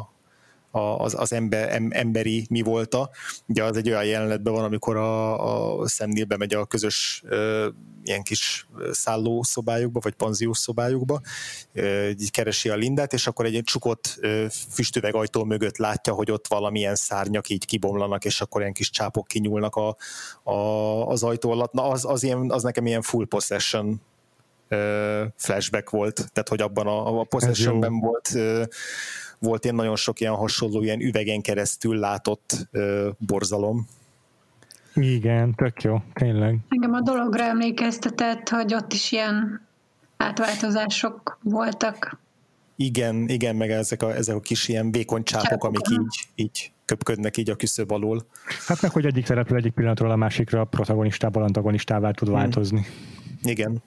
az emberi mi volta. Ugye az egy olyan jelenetben van, amikor a Sam Neill bemegy a közös ilyen kis szállószobájukba, vagy panziós szobájukba, így keresi a Lindát, és akkor egy csukott füstüvegajtó mögött látja, hogy ott valamilyen szárnyak így kibomlanak, és akkor ilyen kis csápok kinyúlnak az ajtó alatt. Na az nekem ilyen full possession flashback volt, tehát hogy abban a possessionben volt ilyen nagyon sok ilyen hasonló, ilyen üvegen keresztül látott borzalom. Igen, tök jó, tényleg. Engem a dologra emlékeztetett, hogy ott is ilyen átváltozások voltak. Igen, meg ezek a kis ilyen vékony csápok, amik így köpködnek így a küszöb alól. Hát meg, hogy egyik szereplő egyik pillanatról a másikra protagonistából antagonistává tud változni. Igen.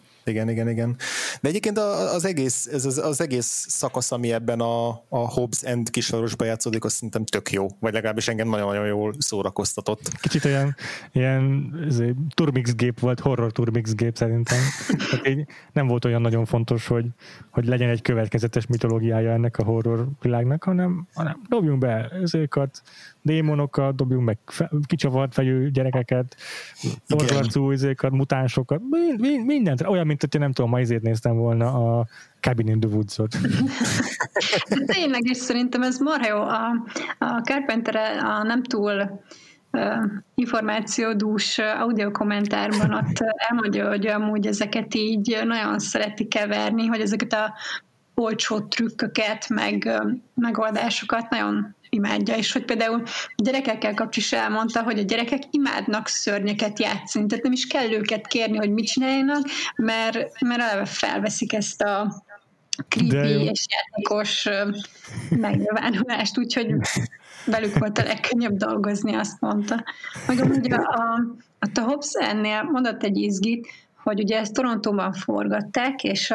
De egyébként az egész szakasz, ami ebben a Hobbs End kisvárosba játszódik, azt szerintem tök jó, vagy legalábbis engem nagyon-nagyon jól szórakoztatott. Kicsit ilyen turmix gép volt, horror turmix gép szerintem. Nem volt olyan nagyon fontos, hogy legyen egy következetes mitológiája ennek a horror világnak, hanem dobjunk be ezeket, démonokat, dobjunk meg kicsavart fejű gyerekeket, torzarcú mutánsokat, mindent, olyan, mint hogyha nem tudom, ma néztem volna a Cabin in the Woods-ot. Tényleg, és szerintem ez marha jó. A Carpenter a nem túl információdús audiokommentárban ott elmondja, hogy amúgy ezeket így nagyon szereti keverni, hogy ezeket a olcsó trükköket, meg megoldásokat nagyon imádja, és hogy például gyerekekkel kapcsolatban elmondta, hogy a gyerekek imádnak szörnyeket játszani, tehát nem is kell őket kérni, hogy mit csináljanak, mert eleve felveszik ezt a creepy és játékos megnyilvánulást, úgyhogy velük volt a legkönnyebb dolgozni, azt mondta. Meg amúgy a Hobbs End-nél mondott egy izgit, hogy ugye ezt Torontóban forgatták, és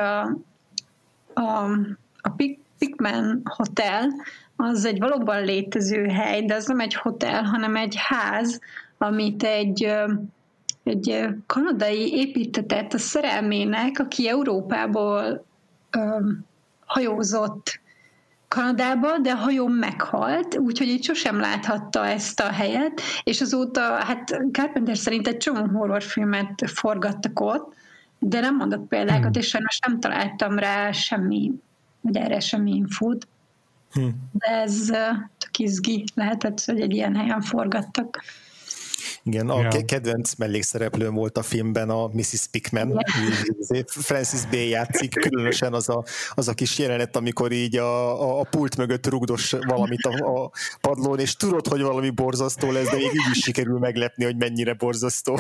a Pickman Hotel az egy valóban létező hely, de az nem egy hotel, hanem egy ház, amit egy kanadai építetett a szerelmének, aki Európából hajózott Kanadába, de a hajó meghalt, úgyhogy így sosem láthatta ezt a helyet, és azóta, hát Carpenter szerint egy csomó horrorfilmet forgattak ott, de nem mondott példákat, és sajnos nem találtam rá semmi, vagy erre semmi infót. De ez tök izgi lehetett, hogy egy ilyen helyen forgattak. Igen, a kedvenc mellékszereplőm volt a filmben a Mrs. Pickman, Francis B. játszik, különösen az a kis jelenet, amikor így a pult mögött rugdos valamit a padlón, és tudod, hogy valami borzasztó lesz, de még így is sikerül meglepni, hogy mennyire borzasztó.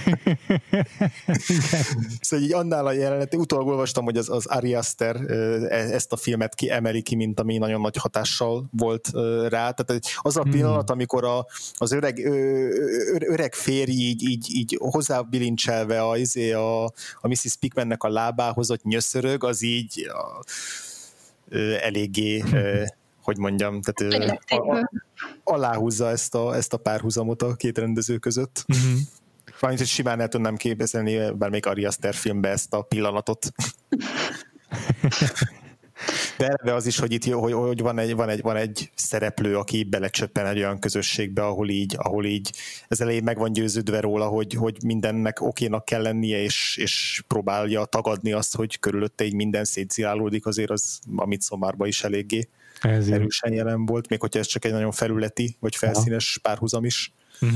Szóval így annál a jelenet, utólag olvastam, hogy az Ari Aster ezt a filmet emeli ki, mint ami nagyon nagy hatással volt rá. Tehát az a pillanat, amikor az öreg férj így hozzá bilincselve a Mrs. Pickmannek a lábához ott nyöszörög, az így eléggé, hogy mondjam, tehát aláhúzza ezt a párhuzamot a két rendező között. Valamint, hogy simán el tudnám képzelni bármelyik Ari Aster filmbe ezt a pillanatot. De az is, hogy itt hogy van egy szereplő, aki belecsöppen egy olyan közösségbe, ahol így ez elején meg van győződve róla, hogy mindennek okénak kell lennie, és próbálja tagadni azt, hogy körülötte így minden szétszilálódik, azért az a Midsommarban is eléggé erősen jelen volt, még hogyha ez csak egy nagyon felületi, vagy felszínes párhuzam is.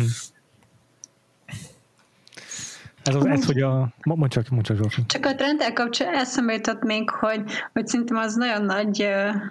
Ez hogy mondj csak Zsófi. Csak a trendel kapcsolatban eszembe jutott még, hogy szerintem az nagyon nagy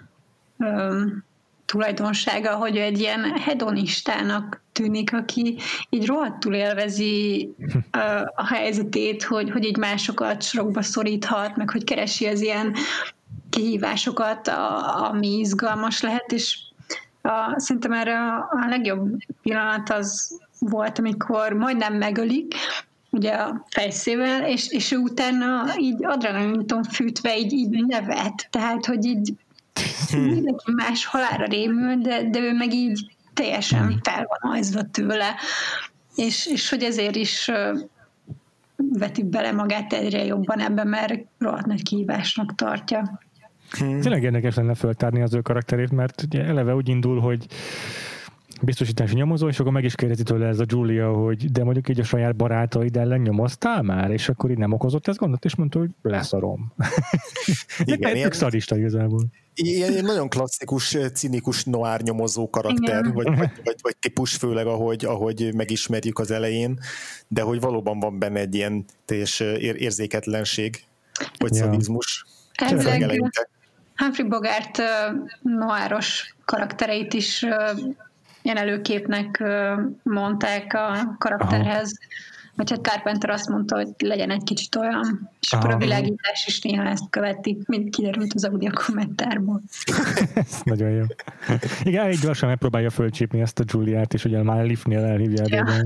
tulajdonsága, hogy egy ilyen hedonistának tűnik, aki így rohadtul élvezi a helyzetét, hogy így másokat sorokba szoríthat, meg hogy keresi az ilyen kihívásokat, ami izgalmas lehet, és szerintem erre a legjobb pillanat az volt, amikor majdnem megölik, ugye a fejszével, és ő utána így adrenalinon fűtve így nevet, tehát, hogy így mindenki más halálra rémül, de ő meg így teljesen fel van ajzva tőle, és hogy ezért is veti bele magát egyre jobban ebben, mert rohadt nagy kihívásnak tartja. Tényleg érdekes lenne föltárni az ő karakterét, mert ugye eleve úgy indul, hogy biztosítási nyomozó, és akkor meg is kérdezi tőle ez a Julia, hogy de mondjuk így a saját barátaid ellen nyomoztál már, és akkor így nem okozott ez gondot, és mondta, hogy leszarom. Igen, ilyen szadista igazából. Ilyen nagyon klasszikus, cinikus noir nyomozó karakter, vagy típus, főleg ahogy megismerjük az elején, de hogy valóban van benne egy ilyen teljes érzéketlenség, vagy szadizmus. Humphrey Bogart noiros karaktereit is ilyen előképnek mondták a karakterhez, vagy hát Carpenter azt mondta, hogy legyen egy kicsit olyan, és akkor a világítás is néha ezt követik, mint kiderült az audio kommentárból. Ez nagyon jó. Igen, egy gyorsan megpróbálja fölcsípni ezt a Juliát, és ugye már liftnél elhívja el.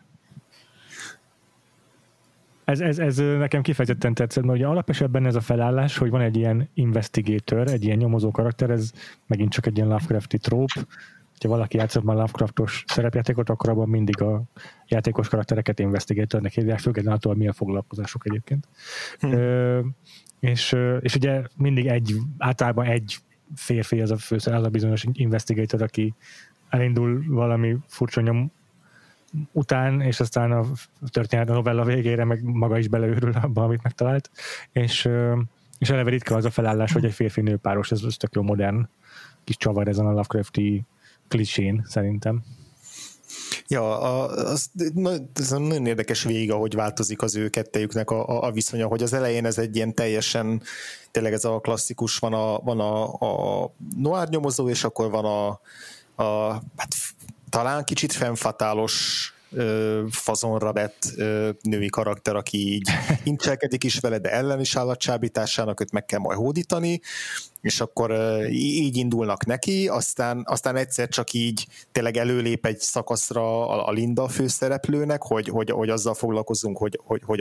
Ez nekem kifejezetten tetszett, mert ugye alapesetben ez a felállás, hogy van egy ilyen investigator, egy ilyen nyomozó karakter, ez megint csak egy ilyen Lovecrafti tróp. Ha valaki játszott már Lovecraftos szerepjátékot, akkor abban mindig a játékos karaktereket investigatornek hívják, függetlenül attól, milyen foglalkozások egyébként. És ugye mindig általában egy férfi, az a bizonyos investigator, aki elindul valami furcsa nyom után, és aztán a történet a novella végére meg maga is beleőrül abba, amit megtalált. És eleve ritka az a felállás, hogy egy férfi-nő páros, ez tök jó modern kis csavar ezen a Lovecrafti klisén, szerintem. Ja, ez nagyon érdekes végig, ahogy változik az ő kettejüknek a viszonya, hogy az elején ez egy ilyen teljesen, tényleg ez a klasszikus, van a noir nyomozó, és akkor van hát talán kicsit fennfatálos fazonra vett női karakter, aki így incselkedik is vele, de ellen is áll a csábításának, őt meg kell majd hódítani, és akkor így indulnak neki, aztán egyszer csak így tényleg előlép egy szakaszra a Linda főszereplőnek, hogy azzal foglalkozunk, hogy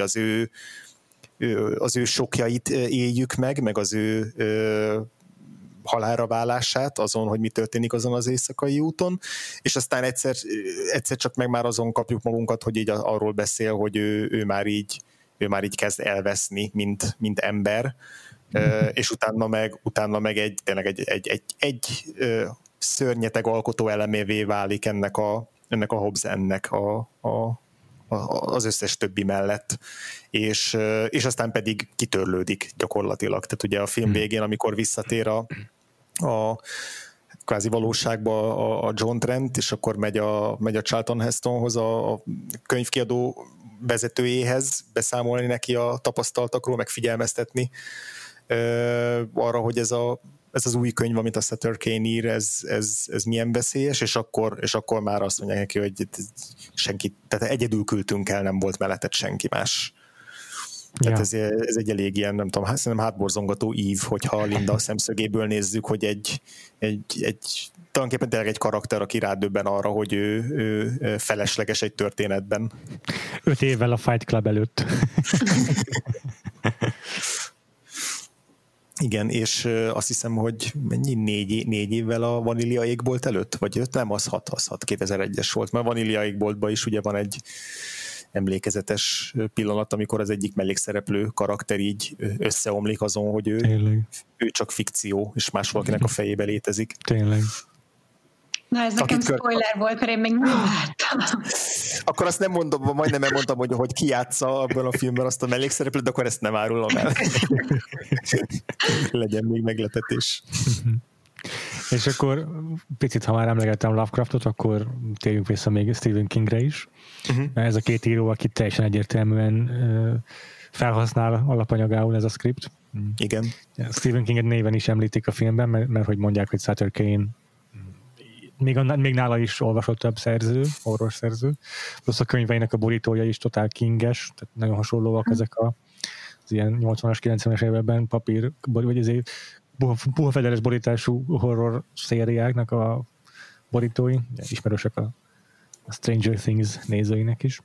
az ő sokjait éljük meg az ő halálra válását, azon, hogy mi történik azon az éjszakai úton, és aztán egyszer csak meg már azon kapjuk magunkat, hogy így arról beszél, hogy ő már így kezd elveszni, mint ember, és utána meg egy szörnyeteg alkotó elemévé válik ennek a Hobbs-ennek az összes többi mellett, és aztán pedig kitörlődik gyakorlatilag. Tehát ugye a film végén, amikor visszatér kvázi valóságba a John Trent, és akkor megy a Charlton Hestonhoz, a könyvkiadó vezetőjéhez beszámolni neki a tapasztalatokról, meg figyelmeztetni arra, hogy ez az új könyv, amit a Sutter Kane ír, ez milyen veszélyes, és akkor már azt mondják neki, hogy senki, tehát egyedül küldtünk el, nem volt melletted senki más. Tehát ez egy elég ilyen, nem tudom, szerintem hátborzongató ív, hogyha Linda szemszögéből nézzük, hogy egy tulajdonképpen tényleg egy karakter, aki rádöbben arra, hogy ő felesleges egy történetben. 5 évvel a Fight Club előtt. Igen, és azt hiszem, hogy mennyi 4 évvel a Vanília égbolt előtt? Vagy nem, az 6 2001-es volt, mert a Vanília égboltban is ugye van egy emlékezetes pillanat, amikor az egyik mellékszereplő karakter így összeomlik azon, hogy ő csak fikció, és más valakinek a fejébe létezik. Tényleg. Na ez nekem spoiler volt, mert én még nem láttam. Akkor azt nem mondom, majdnem elmondtam, hogy ki játsza abban a filmben azt a mellékszereplőt, de akkor ezt nem árulom el. Legyen még meglepetés. És akkor picit, ha már emlegettem Lovecraftot, akkor térjünk vissza még Stephen Kingre is. Ez a 2 író, aki teljesen egyértelműen felhasznál alapanyagául ez a script. Igen. Stephen Kinget néven is említik a filmben, mert hogy mondják, hogy Sutter Kane még nála is olvasottabb szerző, horror szerző, plusz a könyveinek a borítója is totál kinges, tehát nagyon hasonlóak ezek az ilyen 80-as, 90-es években papír, vagy azért puha federes borítású horror szériáknak a borítói, ismerősek a Stranger Things nézőinek is.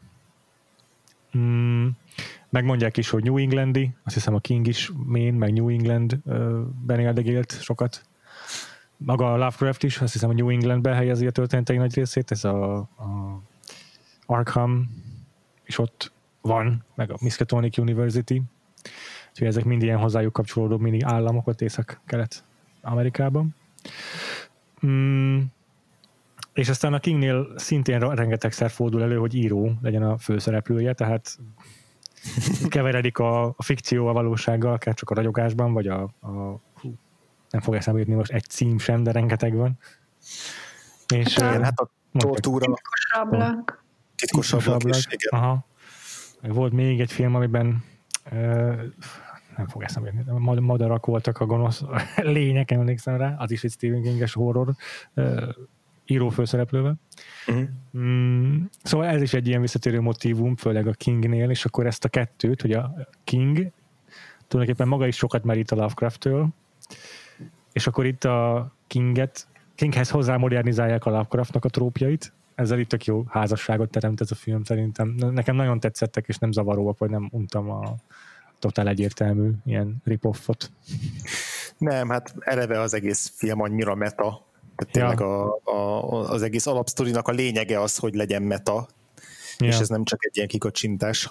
Megmondják is, hogy New Englandi, azt hiszem a King is Maine, meg New Englandben éldegélt sokat. Maga a Lovecraft is, azt hiszem a New Englandben helyezi a történetei nagy részét, ez a Arkham is ott van, meg a Miskatonic University. Úgyhogy ezek mind ilyen hozzájuk kapcsolódó mini államok ott Észak-Kelet-Amerikában. És aztán a Kingnél szintén rengetegszer fordul elő, hogy író legyen a főszereplője, tehát keveredik a fikció a valósággal, akár csak a ragyogásban, vagy nem fog eszembe jutni most egy cím sem, de rengeteg van. És hát a tortúra. Titkos ablak is, igen. Aha. Volt még egy film, amiben nem fog eszembe jutni, madarak voltak a gonosz lények, emlékszem rá, az is egy Stephen King-es horror író főszereplővel. Szóval ez is egy ilyen visszatérő motívum, főleg a Kingnél, és akkor ezt a kettőt, hogy a King tulajdonképpen maga is sokat merít a Lovecraft-től, és akkor itt a Kinghez hozzá modernizálják a Lovecraftnak a trópjait, ezzel itt tök jó házasságot teremt ez a film szerintem. Nekem nagyon tetszettek, és nem zavaróak, vagy nem untam a totál egyértelmű ilyen rip-offot. Nem, hát eleve az egész film annyira meta, tényleg az egész alapsztorinak a lényege az, hogy legyen meta, és ez nem csak egy ilyen kikacsintás,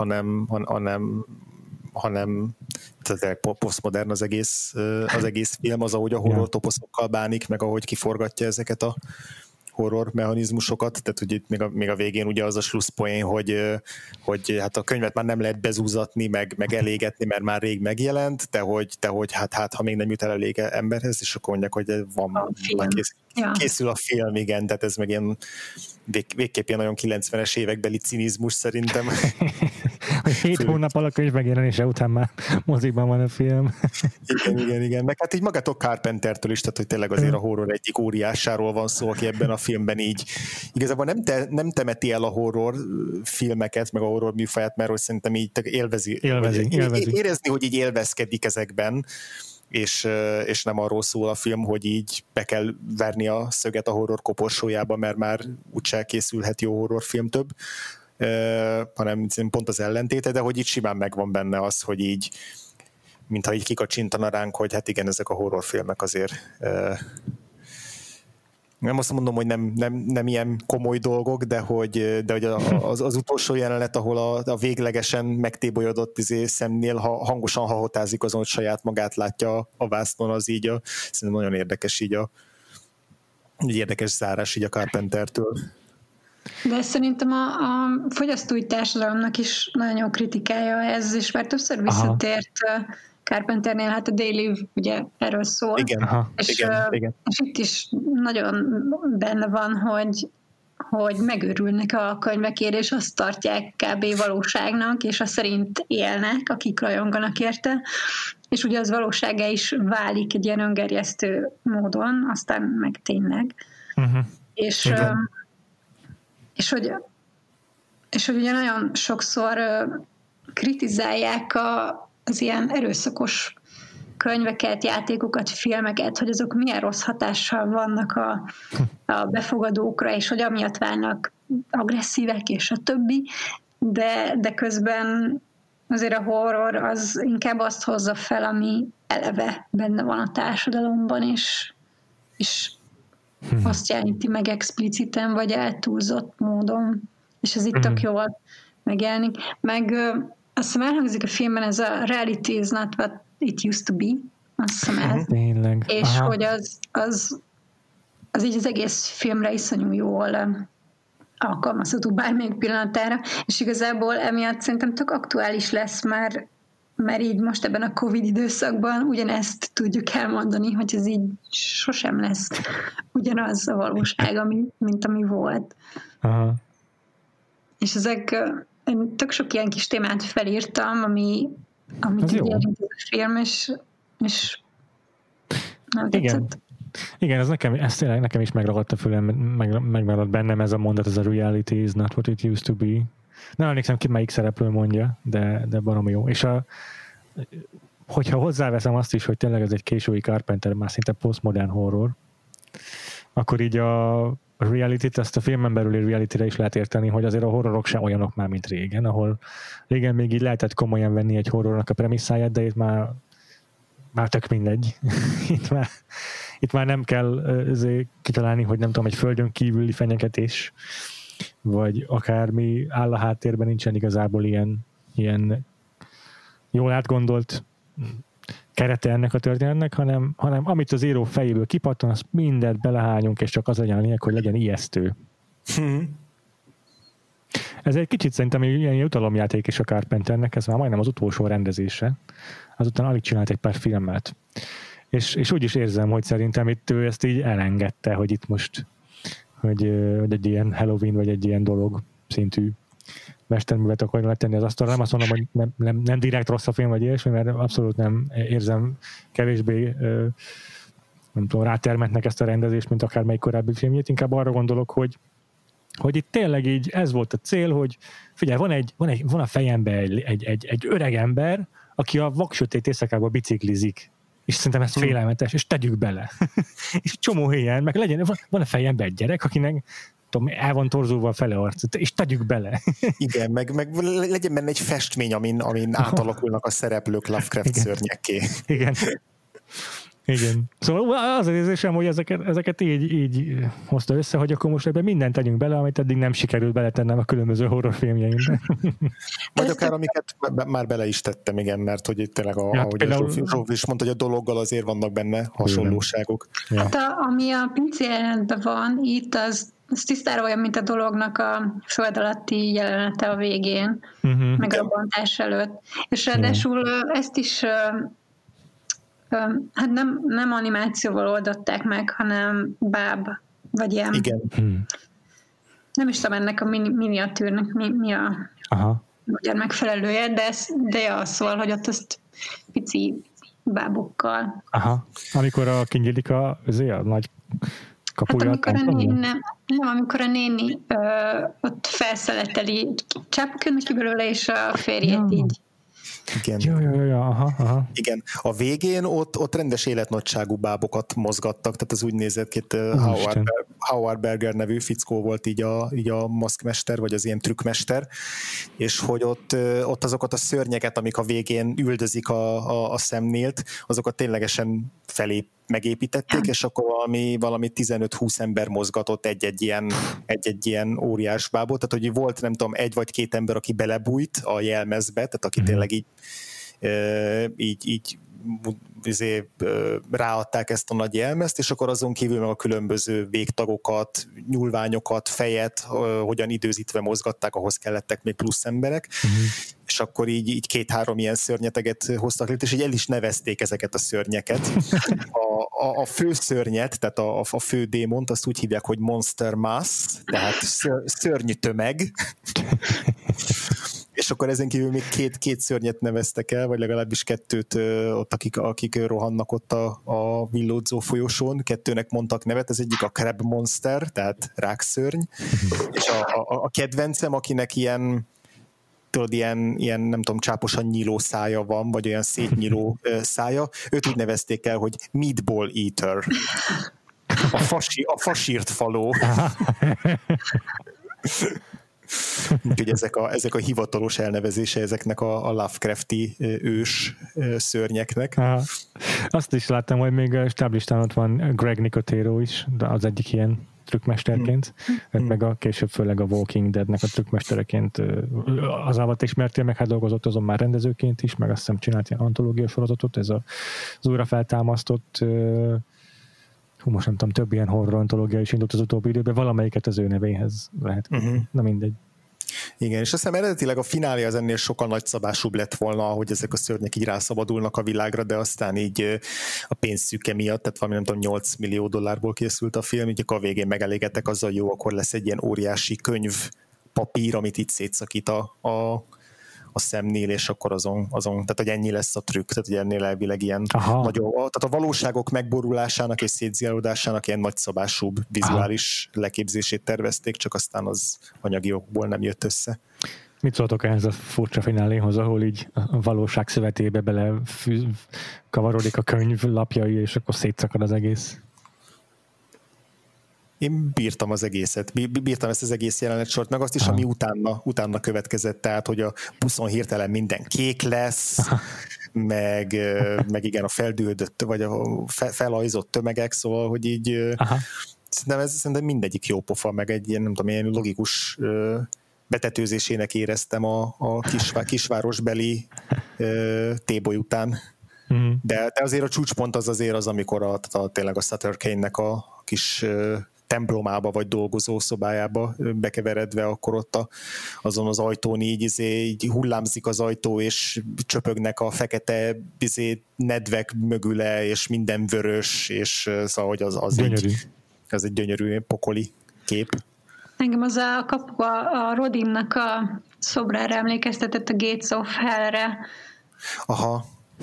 hanem tehát posztmodern az egész film, az, ahogy a horror toposzokkal bánik, meg ahogy kiforgatja ezeket a horror mechanizmusokat, tehát hogy itt még a végén ugye az a slusszpoén, hogy hát a könyvet már nem lehet bezúzatni, meg elégetni, mert már rég megjelent, de hogy hát ha még nem jut el elég emberhez, és akkor mondják, hogy van, készül a film, igen, tehát ez meg ilyen végképp ilyen nagyon 90-es évekbeli cinizmus szerintem. 7 hónap alatt könyv megjelenése után már mozikban van a film. Igen. Meg hát így magától Carpentertől is, tehát hogy tényleg azért a horror egyik óriásáról van szó, aki ebben a filmben így igazából nem temeti el a horror filmeket, meg a horror műfaját, mert hogy szerintem így élvezi. Érezni, hogy így élvezkedik ezekben, és nem arról szól a film, hogy így be kell verni a szöget a horror koporsójába, mert már úgyse készülhet jó horrorfilm több, hanem pont az ellentéte, de hogy így simán megvan benne az, hogy így mintha így kikacsintana ránk, hogy hát igen, ezek a horrorfilmek azért nem azt mondom, hogy nem ilyen komoly dolgok, de hogy az utolsó jelenet, ahol a véglegesen megtébolyodott szemnél hangosan hahotázik azon, hogy saját magát látja a vásznon, az így szerintem nagyon érdekes így egy érdekes zárás így a Carpentertől. De szerintem a fogyasztói társadalomnak is nagyon jó kritikája ez, és már többször visszatért Carpenternél, hát a They Live ugye erről szól. Igen, és itt is nagyon benne van, hogy megőrülnek a könyvekért, és azt tartják kb. Valóságnak, és azt szerint élnek, akik rajonganak érte, és ugye az valósággá is válik egy ilyen öngerjesztő módon, aztán meg tényleg. És hogy ugye nagyon sokszor kritizálják az ilyen erőszakos könyveket, játékokat, filmeket, hogy azok milyen rossz hatással vannak a befogadókra, és hogy amiatt válnak agresszívek, és a többi, de közben azért a horror az inkább azt hozza fel, ami eleve benne van a társadalomban, és azt jelenti meg expliciten, vagy eltúlzott módon, és ez itt tök jól megjelenik. Meg azt hiszem elhangzik a filmben ez a reality is not what it used to be, azt hiszem ez. Tényleg. És hogy az így az egész filmre iszonyú jól alkalmazható bármelyik pillanatára, és igazából emiatt szerintem tök aktuális lesz már, mert így most ebben a Covid időszakban ugyanezt tudjuk elmondani, hogy ez így sosem lesz ugyanaz a valóság, mint ami volt. Aha. És én tök sok ilyen kis témát felírtam, amit érint a film, és nem tetszett. Igen, ez tényleg nekem is megragadt a fülem, megmaradt bennem ez a mondat, ez a reality is not what it used to be. Nem emlékszem ki, melyik szereplő mondja, de baromi jó. És hogyha hozzáveszem azt is, hogy tényleg ez egy késői Carpenter, már szinte postmodern horror, akkor így a reality-t, ezt a filmen belüli reality-re is lehet érteni, hogy azért a horrorok sem olyanok már, mint régen, ahol régen még így lehetett komolyan venni egy horrornak a premisszáját, de itt már tök mindegy. Itt már nem kell kitalálni, hogy nem tudom, egy földön kívüli fenyegetés, vagy akármi áll a háttérben, nincsen igazából ilyen jól átgondolt kerete ennek a történetnek, hanem amit az író fejéből kipattan, azt mindent belehányunk, és csak az legyen a lényeg, hogy legyen ijesztő. Ez egy kicsit szerintem ilyen jutalomjáték is a Carpenternek, ez már majdnem az utolsó rendezése. Azután alig csinált egy pár filmet. És úgy is érzem, hogy szerintem itt ő ezt így elengedte, hogy itt most hogy egy ilyen Halloween, vagy egy ilyen dolog szintű mesterművet akarja letenni az asztalra. Nem azt mondom, hogy nem direkt rossz a film, vagy ilyesmi, mert abszolút nem érzem kevésbé nem tudom, rátermetnek ezt a rendezést, mint akármelyik korábbi filmjét. Inkább arra gondolok, hogy itt tényleg így ez volt a cél, hogy figyelj, van a fejemben egy öreg ember, aki a vaksötét éjszakából biciklizik, és szerintem ez félelmetes, és tegyük bele. És csomó helyen, meg van a fejemben egy gyerek, akinek el van torzulva a fele arc, és tegyük bele. Igen, meg legyen benne egy festmény, amin átalakulnak a szereplők Lovecraft szörnyekké. Igen. Szóval az az érzésem, hogy ezeket így hozta össze, hogy akkor most ebben mindent tegyünk bele, amit eddig nem sikerült beletennem a különböző horrorfilmjeimbe. Vagy akár amiket már bele is tettem, igen, mert hogy itt tényleg, ahogy Zsófi is mondta, hogy a dologgal azért vannak benne hasonlóságok. Ja. Hát ami a pincé jelenetben van itt, az tisztára olyan, mint a dolognak a föld alatti jelenete a végén, meg a bontás előtt. És ráadásul ezt is hát nem animációval oldották meg, hanem báb, vagy ilyen. Igen. Nem is tudom ennek a miniatűrnek mi a magyar megfelelője, de szóval, hogy ott azt pici bábokkal. Aha. Amikor kinyílik a nagy kapuja. Hát amikor a néni ott felszeleteli, csápok jönnek ki belőle, és a férjét így. Igen. Aha. Igen. A végén ott rendes életnagyságú bábokat mozgattak, tehát az úgy nézett ki, Howard Berger nevű fickó volt így a maszkmester, vagy az ilyen trükkmester, és hogy ott azokat a szörnyeket, amik a végén üldözik a szemnélt, azokat ténylegesen felé megépítették, és akkor valami 15-20 ember mozgatott egy ilyen óriás bábot, tehát hogy volt nem tudom, egy vagy két ember, aki belebújt a jelmezbe, tehát aki tényleg így ráadták ezt a nagy jelmezt, és akkor azon kívül meg a különböző végtagokat, nyúlványokat, fejet, hogyan időzítve mozgatták, ahhoz kellettek még plusz emberek, és akkor így 2-3 ilyen szörnyeteget hoztak létre, és így el is nevezték ezeket a szörnyeket. A fő szörnyet, tehát a fő démont, azt úgy hívják, hogy Monster Mass, tehát szörnyű tömeg. És akkor ezen kívül még két szörnyet neveztek el, vagy legalábbis 2 ott, akik rohannak ott a villódzó folyosón. 2-nek mondtak nevet, ez egyik a Crab Monster, tehát rákszörny, és a kedvencem, akinek ilyen nem tudom, csáposan nyíló szája van, vagy olyan szétnyíló szája, őt úgy nevezték el, hogy Meatball Eater. A fasírt faló. Úgyhogy ezek a hivatalos elnevezése ezeknek a Lovecrafti ős szörnyeknek. Aha. Azt is láttam, hogy még a stáblistán ott van Greg Nicotero is, de az egyik ilyen trükkmesterként, meg később főleg a Walking Deadnek a trükkmestereként azáltal ismertél, meg hát dolgozott azon már rendezőként is, meg azt hiszem csinált ilyen antológia sorozatot, ez az újra feltámasztott most nem tudom, több ilyen horror antológia is indult az utóbbi időben, valamelyiket az ő nevéhez lehet. Na mindegy. Igen, és azt hiszem eredetileg a finálé az ennél sokkal nagyszabásúbb lett volna, hogy ezek a szörnyek így rászabadulnak a világra, de aztán így a pénzszűke miatt, tehát valami nem tudom, $8 millió készült a film, így a végén megelégedtek azzal, jó, akkor lesz egy ilyen óriási könyvpapír, amit itt szétszakít a szemnél, és akkor azon, tehát hogy ennyi lesz a trükk, tehát hogy ennél elvileg ilyen nagyon, tehát a valóságok megborulásának és szétziálódásának ilyen nagyszabásúbb vizuális leképzését tervezték, csak aztán az anyagi okból nem jött össze. Mit szóltok ehhez a furcsa fináléhoz, ahol így a valóság szövetébe bele kavarodik a könyv lapjai, és akkor szétszakad az egész? Én bírtam az egészet, bírtam ezt az egész jelenetsort, meg azt is, ami utána következett, tehát, hogy a buszon hirtelen minden kék lesz, meg igen, a feldühödött, vagy a felajzott tömegek, szóval, hogy így szerintem mindegyik jó pofa, meg egy ilyen, nem tudom, ilyen logikus betetőzésének éreztem a kisvárosbeli téboly után. De azért a csúcspont az azért az, amikor tényleg a Sutter Kane-nek a kis templomába vagy dolgozó szobájába bekeveredve, akkor ott azon az ajtón így hullámzik az ajtó, és csöpögnek a fekete nedvek mögüle, és minden vörös, és szóval, hogy az egy gyönyörű pokoli kép. Engem az a kapu a Rodinnak a szobrára emlékeztetett, a Gates of Hell-re. Aha.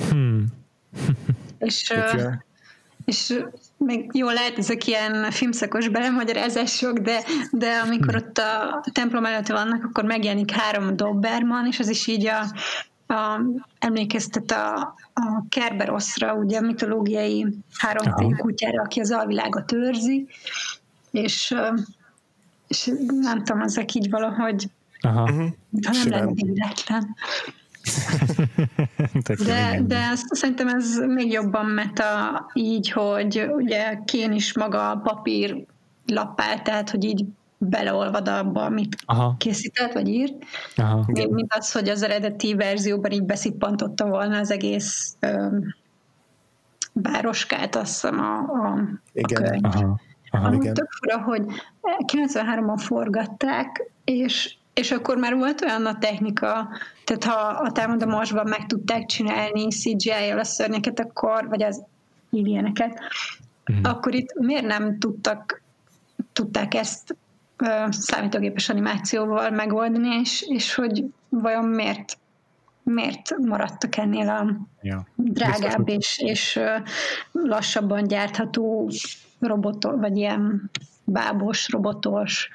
És még jó lehet, ezek ilyen filmszakos belemagyarázások, de amikor ott a templom előtt vannak, akkor megjelenik 3 Doberman, és az is így emlékeztet a Kerberoszra, ugye a mitológiai 3 kutyára, aki az alvilágot őrzi, és nem tudom, ezek így valahogy nem lenne véletlen. De szerintem ez még jobban meta így, hogy ugye Kén is maga a papír lappál, tehát hogy így beleolvad abba, amit készített, vagy írt. Mint az, hogy az eredeti verzióban így beszippantotta volna az egész városkát, azt hiszem a könyv. Amúgy tök fura, hogy 93-ban forgatták, és akkor már volt olyan a technika, tehát ha a Támadamosban meg tudták csinálni CGI-jal a szörnyeket, akkor, vagy az alieneket, akkor itt miért nem tudták ezt számítógépes animációval megoldani, és hogy vajon miért maradtak ennél a drágább és lassabban gyártható vagy ilyen bábos, robotos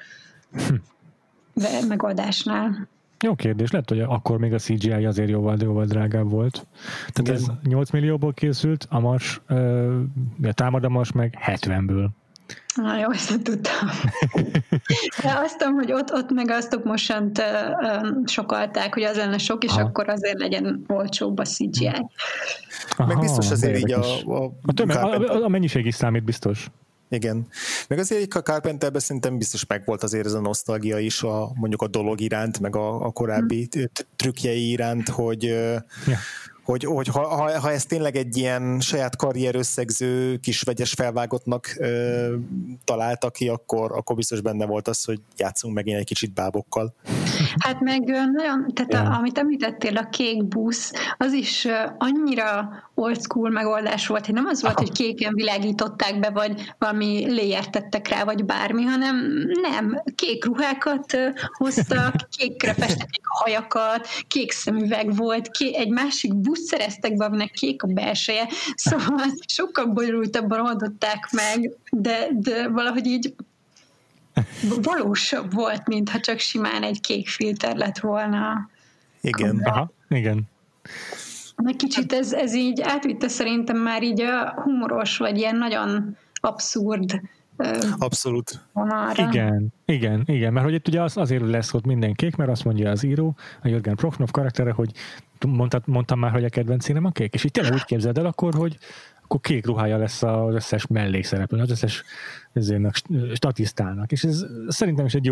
megoldásnál. Jó kérdés, lehet, hogy akkor még a CGI azért jóval drágább volt. Tehát ez 8 millióból készült, a Támadamos meg 70-ből. Na jó, ezt nem tudtam. De azt tudom, hogy ott meg a stop motion-t sokalták, hogy az lenne sok, és akkor azért legyen olcsóbb a CGI. Meg biztos azért így a mennyiség is számít biztos. Igen. Meg azért a Carpenterben szerintem biztos megvolt azért ez a nosztalgia is mondjuk a dolog iránt, meg a korábbi trükkjei iránt, hogy hogy ha ez tényleg egy ilyen saját karrier összegző kis vegyes felvágottnak találta ki, akkor biztos benne volt az, hogy játszunk megint egy kicsit bábokkal. Hát meg nagyon, tehát amit említettél, a kék busz, az is annyira old school megoldás volt, hogy nem az volt, hogy kéken világították be, vagy valami léjert tettek rá, vagy bármi, hanem nem, kék ruhákat hoztak, kékre festették a hajakat, kék szemüveg volt, egy másik busz szereztek be, aminek kék a belseje, szóval sokkal bonyolultabban oldották meg, de valahogy így valósabb volt, mintha csak simán egy kék filter lett volna. Igen. Aha, igen. Meg kicsit ez így átvitte szerintem már így a humoros, vagy ilyen nagyon abszurd abszolút vonalra. Igen, mert hogy itt ugye azért lesz ott minden kék, mert azt mondja az író, a Jürgen Prochnow karaktere, hogy mondtam már, hogy a kedvenc színem a kék, és így tényleg úgy képzeld el akkor kék ruhája lesz az összes mellékszereplőnek, az összes statisztának, és ez szerintem is egy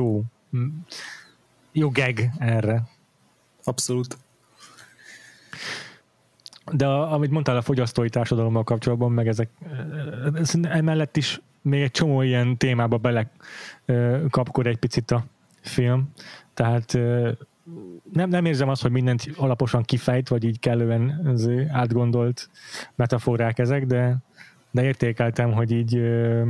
jó gag erre. Abszolút. De amit mondtál a fogyasztói társadalommal kapcsolatban, meg ezek emellett is még egy csomó ilyen témába bele kapkod egy picit a film, tehát nem érzem azt, hogy mindent alaposan kifejt, vagy így kellően átgondolt metaforák ezek, de értékeltem, hogy így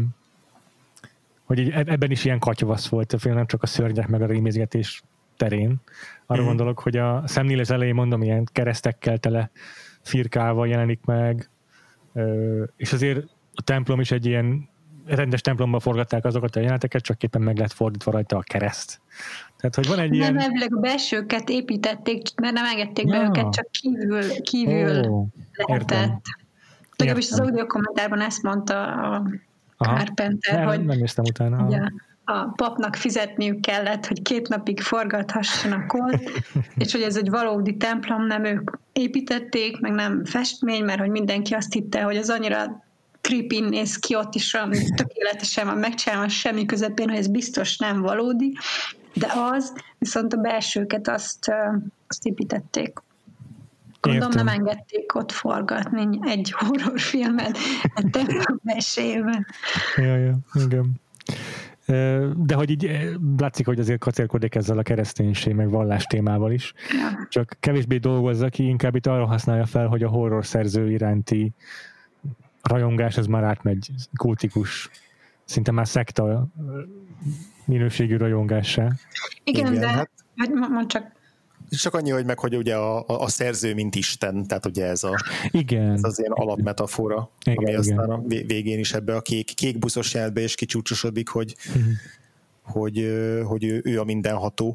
ebben is ilyen katyvasz volt a film, nem csak a szörnyek meg a rémészgetés terén. Arra gondolok, hogy a Sam Neill az elején mondom, ilyen keresztekkel tele firkálva jelenik meg, és azért a templom is egy ilyen rendes templomban forgatták azokat a jeleneteket, csak éppen meg lett fordítva rajta a kereszt. Tehát, hogy van egy ilyen... Nem, a belsőket építették, mert nem engedték be őket, csak kívül lehetett. Legalábbis az audio kommentárban ezt mondta a Carpenter, hogy nem néztem utána. Ugye, a papnak fizetniük kellett, hogy 2 napig forgathassanak ott, és hogy ez egy valódi templom, nem ők építették, meg nem festmény, mert hogy mindenki azt hitte, hogy az annyira creepy néz ki ott is, tökéletesen van megcsinálva, semmi közepén, hogy ez biztos nem valódi, de az, viszont a belsőket azt építették. Gondolom, nem engedték ott forgatni egy horrorfilmet a templom belsejében. Ja, igen. De hogy így látszik, hogy azért kacérkodik ezzel a kereszténység, meg vallás témával is. Ja. Csak kevésbé dolgozza ki, inkább itt arra használja fel, hogy a horror szerző iránti rajongás az már átmegy kultikus, szinte már szekta minőségű rajongássá. Igen, de hát, mondd csak. Csak annyi, hogy meg, hogy ugye a szerző, mint Isten, tehát ugye ez az ilyen alapmetafora, ami aztán a végén is ebbe a kék buszos jelentbe is kicsúcsosodik, hogy ő a mindenható.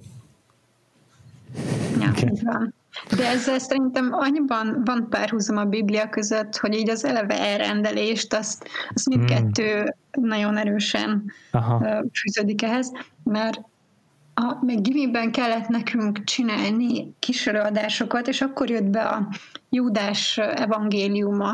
Ja, van. De ezzel szerintem annyiban van párhuzam a Biblia között, hogy így az eleve elrendelést, azt mindkettő nagyon erősen fűződik ehhez, mert meg gimiben kellett nekünk csinálni kis előadásokat, és akkor jött be a Júdás evangéliuma,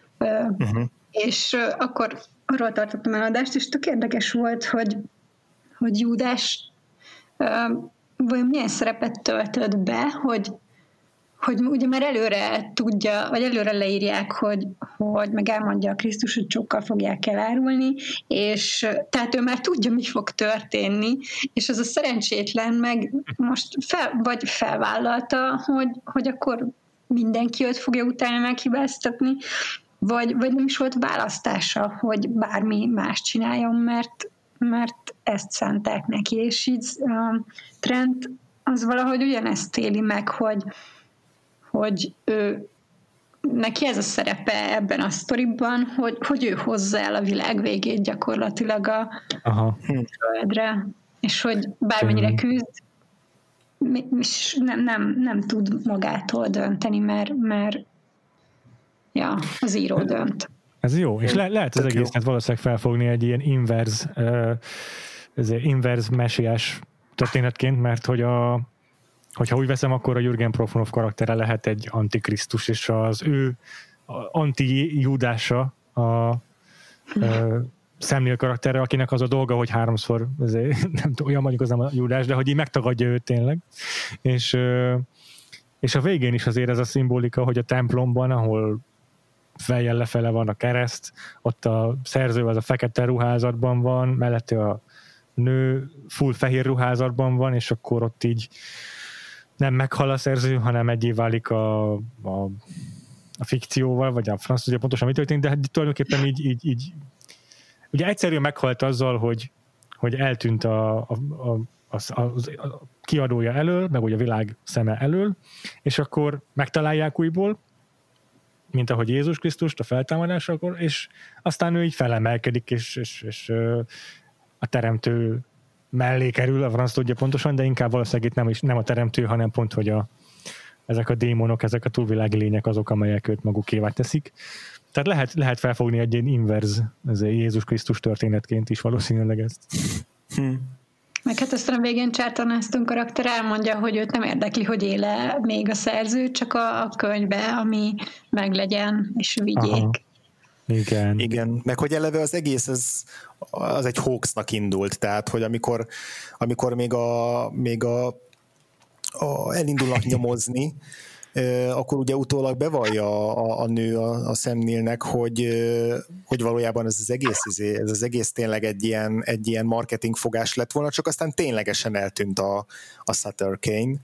és akkor arról tartottam előadást, és tök érdekes volt, hogy Júdás vajon milyen szerepet töltött be, hogy ugye már előre tudja, vagy előre leírják, hogy meg elmondja a Krisztus, hogy sokkal fogják elárulni, és tehát ő már tudja, mi fog történni, és az a szerencsétlen meg most felvállalta, hogy akkor mindenki őt fogja utána meghibáztatni, vagy nem is volt választása, hogy bármi más csináljon, mert ezt szánták neki, és így Trent az valahogy ugyanezt éli meg, hogy neki ez a szerepe ebben a sztoriban, hogy ő hozza el a világ végét gyakorlatilag a földre, és hogy bármennyire küzd, nem tud magától dönteni, mert az író dönt. Ez jó, és lehet az egészet valószínűleg felfogni egy ilyen inverz messiás történetként, mert hogyha úgy veszem, akkor a Jürgen Prochnow karaktere lehet egy antikrisztus, és az ő anti-Júdása a Sam Neill karaktere, akinek az a dolga, hogy 3-szor, nem olyan mondjuk az nem a Júdás, de hogy így megtagadja őt tényleg. És és a végén is azért ez a szimbolika, hogy a templomban, ahol fejjel lefele van a kereszt, ott a szerző az a fekete ruházatban van, mellette a nő full fehér ruházatban van, és akkor ott így nem meghal a szerző, hanem egyé válik a fikcióval, vagy a franc, ugye pontosan mi történt, de tulajdonképpen így ugye egyszerűen meghalt azzal, hogy eltűnt a kiadója elől, meg ugye a világ szeme elől, és akkor megtalálják újból, mint ahogy Jézus Krisztust a feltámadásakor, és aztán ő így felemelkedik, és a teremtő mellé kerül, a franc tudja pontosan, de inkább valószínűleg itt nem a teremtő, hanem pont, hogy ezek a démonok, ezek a túlvilági lények azok, amelyek őt magukévá teszik. Tehát lehet felfogni egy ilyen inverz Jézus Krisztus történetként is valószínűleg ezt. Meg hát aztán a végén Charlton Heston karakter elmondja, hogy őt nem érdekli, hogy éle még a szerző, csak a könyvbe, ami meglegyen, és vigyék. Aha. Igen, meg hogy eleve az egész az egy hoaxnak indult, tehát hogy amikor még elindulnak nyomozni, akkor ugye utólag bevallja a nő a Sam Neillnek, hogy valójában ez az egész tényleg egy ilyen marketing fogás lett volna, csak aztán ténylegesen eltűnt a Sutter Kane.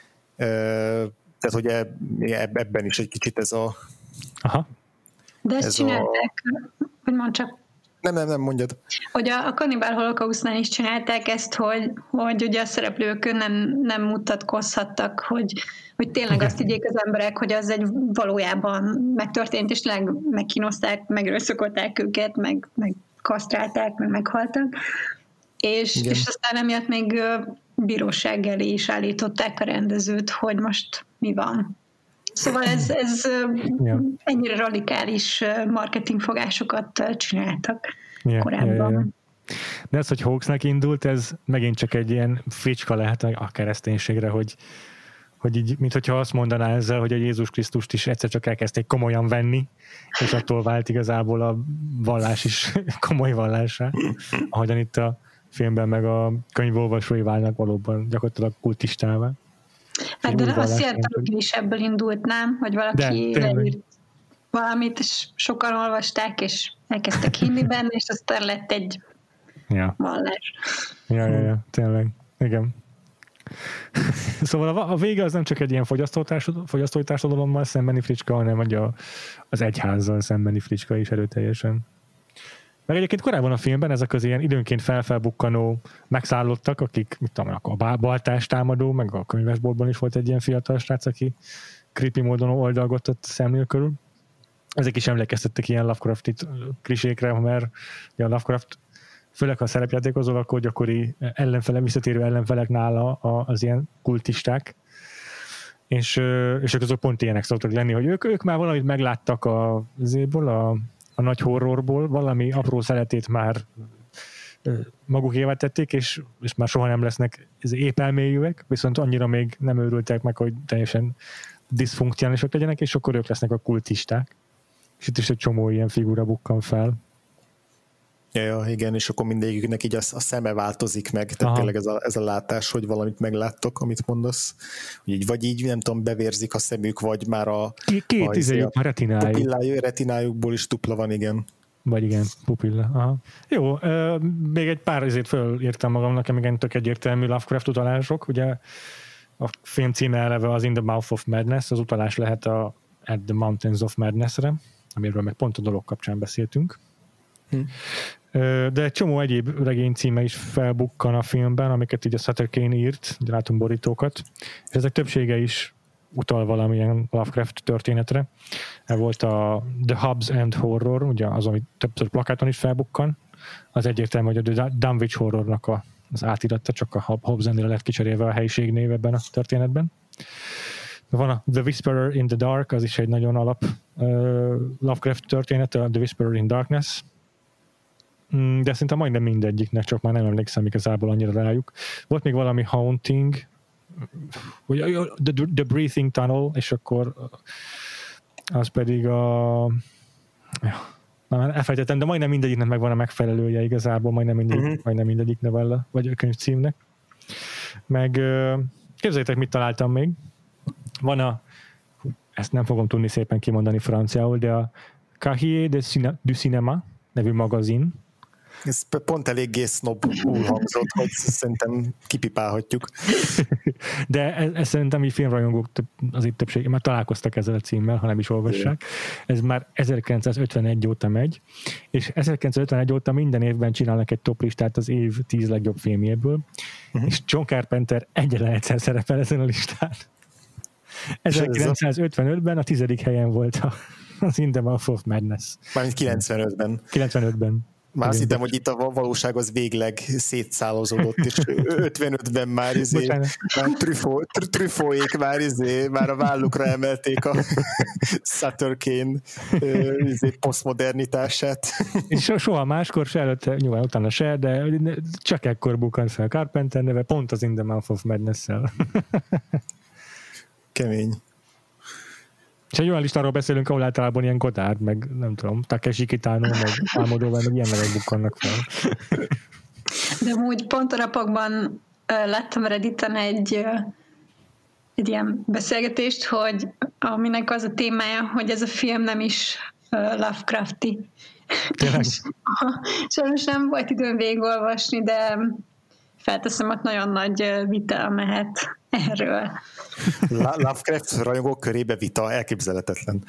Tehát ugye ebben is egy kicsit ez a... Aha. De ezt csinálták, hogy mondd csak. Nem, mondjad. Hogy a Cannibal Holocaustnál is csinálták ezt, hogy ugye a szereplők nem mutatkozhattak, hogy tényleg azt higgyék az emberek, hogy az egy valójában megtörtént, és megkínozták, megerőszakolták őket, meg kasztrálták, meg meghaltak. És aztán emiatt még bíróság elé is állították a rendezőt, hogy most mi van. Szóval ez ennyire radikális marketingfogásokat csináltak korábban. Yeah. De ez, hogy hoaxnak indult, ez megint csak egy ilyen fricska lehet a kereszténységre, hogy így, minthogyha azt mondaná ezzel, hogy a Jézus Krisztust is egyszer csak elkezdték komolyan venni, és attól vált igazából a vallás is komoly vallásá, ahogyan itt a filmben meg a könyvolvasói válnak valóban gyakorlatilag kultistává. Hát de a Scientology is ebből indult, nem? Hogy valaki leírt valamit, és sokan olvasták, és elkezdtek hinni benne, és aztán lett egy vallás. Ja, tényleg. Igen. Szóval a vége az nem csak egy ilyen fogyasztói társadalommal szembeni fricska, hanem az egyházzal szembeni fricska is erőteljesen. Meg egyébként korábban a filmben ezek az ilyen időnként felbukkanó megszállottak, akik, mit tudom, a baltás támadó, meg a könyvesboltban is volt egy ilyen fiatal srác, aki creepy módon oldalgott Sam Neill körül. Ezek is emlékeztettek ilyen Lovecrafti klisékre, mert a Lovecraft főleg ha szerepjátékozol, akkor gyakori visszatérő ellenfelek nála az ilyen kultisták, és azok pont ilyenek szoktak lenni, hogy ők már valamit megláttak a nagy horrorból, valami apró szeletét már magukévá tették, és már soha nem lesznek épp elmélyűek, viszont annyira még nem őrültek meg, hogy teljesen diszfunkcionálisak legyenek, és akkor ők lesznek a kultisták. És itt is egy csomó ilyen figura bukkan fel. Ja, igen, és akkor mindegyiknek így a szeme változik meg, tehát tényleg ez a látás, hogy valamit megláttok, amit mondasz, hogy így, vagy így, nem tudom, bevérzik a szemük, vagy már a retinájukból is dupla van, igen. Vagy igen, pupilla. Aha. Jó, még egy pár azért fölírtam magamnak, amíg tök egyértelmű Lovecraft utalások, ugye a film címe eleve az In the Mouth of Madness, az utalás lehet a At the Mountains of Madness-re, amiről meg pont a dolog kapcsán beszéltünk. De egy csomó egyéb regény címe is felbukkan a filmben, amiket így a Sutter Kane írt, látunk borítókat, és ezek többsége is utal valamilyen Lovecraft történetre. Volt a The Hobbs and Horror, ugye az, ami többször plakáton is felbukkan, az egyértelmű, hogy a The Dunwich Horrornak az átiratta, csak a Hobbs and-re lett kicserélve a helyiség név ebben a történetben. Van a The Whisperer in the Dark, az is egy nagyon alap Lovecraft történet, a The Whisperer in Darkness, de szerintem majdnem mindegyiknek, csak már nem emlékszem igazából annyira rájuk. Volt még valami Haunting, The Breathing Tunnel, és akkor az pedig elfelejtettem, de majdnem mindegyiknek megvan a megfelelője igazából, majdnem mindegyik novella, vagy könyvcímnek. Meg képzeljétek, mit találtam még. van ezt nem fogom tudni szépen kimondani franciául, de a Cahiers du Cinéma nevű magazin. Ez pont eléggé sznobul hangzott, hogy szerintem kipipálhatjuk. De ez szerintem így filmrajongók az itt többség, már találkoztak ezzel a címmel, ha nem is olvassák. Ez már 1951 óta megy, és 1951 óta minden évben csinálnak egy toplistát az év 10 legjobb filmjéből, és John Carpenter egyetlen egyszer szerepel ezen a listán. 1955-ben a 10. helyen volt az In the Mouth of Madness. Mármint 95-ben. 95-ben. Már azt hittem, hogy itt a valóság az végleg szétszálazódott, és 55-ben már Truffaut-ék már a vállukra emelték a Sutter Kane posztmodernitását. És soha máskor se, előtte, nyilván utána se, de csak ekkor bukkant fel Carpenter neve, pont az In the Mouth of Madness-szel. Kemény. És egy olyan listáról beszélünk, ahol általában ilyen Godard, meg nem tudom, Takeshi Kitano, meg Almodóval, meg ilyen nevek bukkannak fel. De amúgy pont a napokban láttam Redditen egy ilyen beszélgetést, hogy aminek az a témája, hogy ez a film nem is Lovecrafti. Sajnos nem volt időm végigolvasni, de felteszem, hogy nagyon nagy vita mehet erről. Lovecraft rajongók körébe vita, elképzelhetetlen.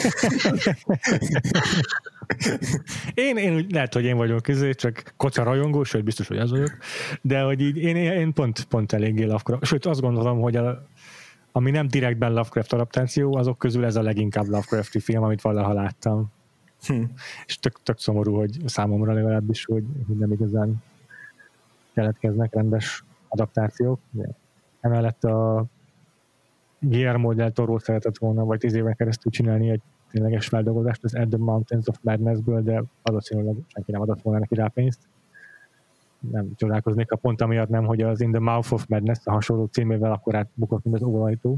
Én lehet, hogy én vagyok csak kocka rajongó, sőt biztos, hogy az vagyok, de hogy így én pont eléggé Lovecraft. Sőt azt gondolom, hogy ami nem direktben Lovecraft adaptáció, azok közül ez a leginkább Lovecrafti film, amit valaha láttam. És tök szomorú, hogy számomra legalábbis, hogy nem igazán keletkeznek rendes adaptációk. Emellett a Guillermo del Toro szeretett volna, vagy 10 éven keresztül csinálni egy tényleges feldolgozást az At the Mountains of Madness-ből, de valószínűleg senki nem adott volna neki rá pénzt. Nem csodálkoznék a pont amiatt nem, hogy az In the Mouth of Madness a hasonló címével akkor átbukott, mint az óvajtó.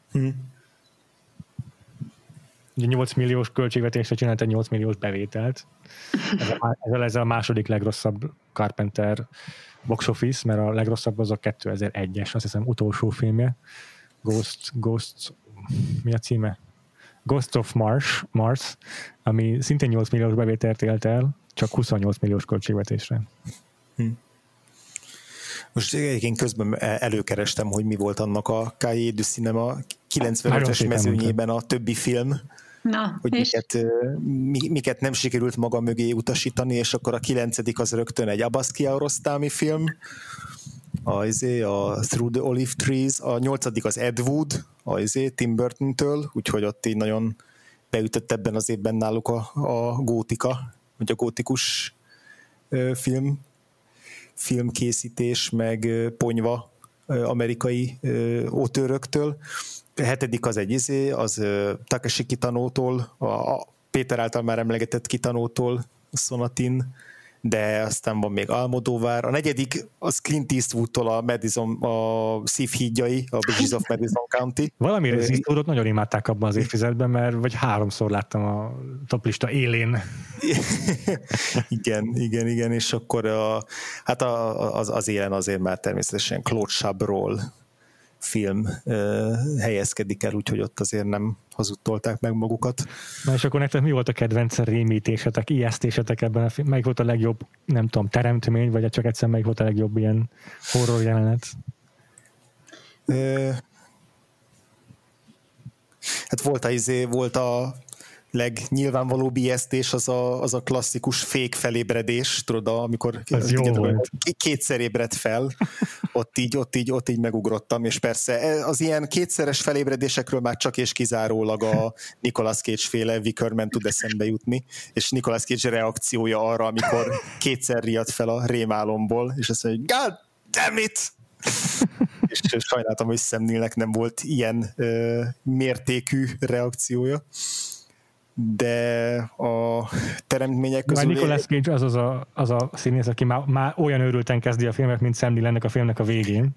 Ugye 8 milliós költségvetésre csinált egy 8 milliós bevételt. Ez a második legrosszabb Carpenter box office, mert a legrosszabb az a 2001-es, azt hiszem utolsó filmje. Ghost, mi a címe? Ghost of Mars, ami szintén 8 milliós bevételt élt el, csak 28 milliós költségvetésre. Most egyébként közben előkerestem, hogy mi volt annak a Cahiers du Cinéma 95-ös mezőnyében a többi film, hogy miket nem sikerült maga mögé utasítani, és akkor a 9. az rögtön egy Abbas Kiarostami film, a Through the Olive Trees, a 8. az Ed Wood, Tim Burton-től, úgyhogy ott így nagyon beütött ebben az évben náluk a gótika, vagy a gótikus filmkészítés, meg ponyva amerikai ótőröktől. A 7. az az Takeshi Kitanótól, a Péter által már emlegetett Kitanótól, a Sonatin, de aztán van még Almodóvár. A 4. az Clint Eastwoodtól a Szívhídjai, a Bridges of Madison County. Valamiért az Eastwoodot nagyon imádták abban az évtizedben, mert vagy 3-szor láttam a toplista élén. igen, és akkor az élen azért már természetesen Claude Chabrol film helyezkedik el, úgyhogy ott azért nem hazudtolták meg magukat. Na és akkor nektek mi volt a kedvenc rémítésetek, ijesztésetek ebben a filmben? Melyik volt a legjobb, nem tudom, teremtmény, vagy csak egyszer melyik volt a legjobb ilyen horror jelenet? Hát volt a legnyilvánvalóbb ijesztés, az a klasszikus fék felébredés, tudod, amikor kétszer ébredt fel, ott így megugrottam, és persze az ilyen kétszeres felébredésekről már csak és kizárólag a Nicolas Cage-féle Wickerman tud eszembe jutni, és Nicolas Cage reakciója arra, amikor kétszer riadt fel a rémálomból, és azt mondja, hogy God damn it! És sajnáltam, hogy Sam Neillnek nem volt ilyen mértékű reakciója. De a teremtmények közül... Nicolas Cage az a színész, aki már olyan őrülten kezdi a filmet, mint Sam Neill ennek a filmnek a végén.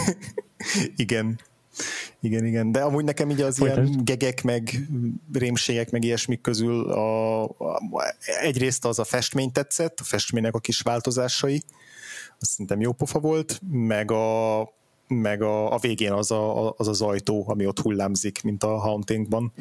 Igen. De amúgy nekem így az ilyen gegek, meg rémségek, meg ilyesmik közül egyrészt az a festmény tetszett, a festménynek a kis változásai, azt szerintem jó pofa volt, meg meg a végén az ajtó, ami ott hullámzik, mint a Hauntingban.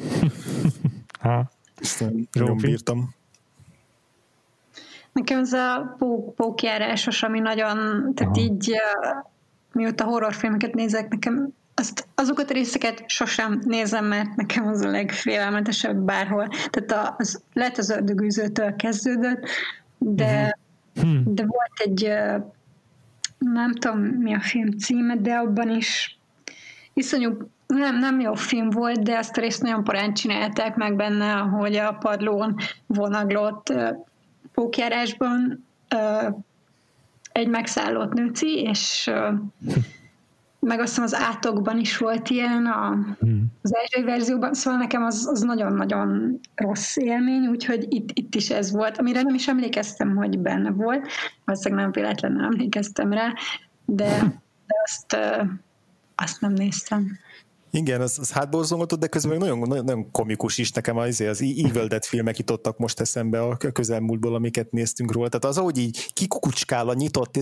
Ezt nagyon bírtam. Nekem ez a pókjárásos, ami nagyon, tehát így mióta horrorfilmeket nézek, nekem azokat a részeket sosem nézem, mert nekem az a legfélelmetesebb bárhol. Tehát lehet az Ördögűzőtől kezdődött, de volt egy, nem tudom mi a film címe, de abban is iszonyú, nem jó film volt, de ezt a részt nagyon porán csinálták meg benne, ahogy a padlón vonaglott pókjárásban egy megszállott nőci, és meg azt hiszem az Átokban is volt ilyen az első verzióban, szóval nekem az nagyon-nagyon rossz élmény, úgyhogy itt is ez volt, amire nem is emlékeztem, hogy benne volt, valószínűleg nem véletlenül emlékeztem rá, de azt nem néztem. Igen, az hátborzongatott, de közben nagyon, nagyon komikus is nekem az Evil Dead filmek jutottak most eszembe a közelmúltból, amiket néztünk róla. Tehát az, ahogy így kikukucskál a nyitott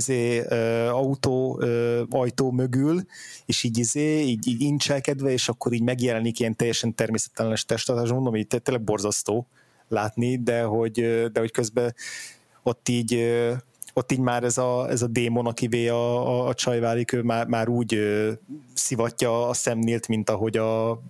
ajtó mögül, és így incselkedve, és akkor így megjelenik ilyen teljesen természetlenes testtartás, mondom, így tényleg borzasztó látni, de hogy közben ott így már ez a démon, akivé a csaj válik, ő már úgy szivatja a szemnélt, mint ahogy a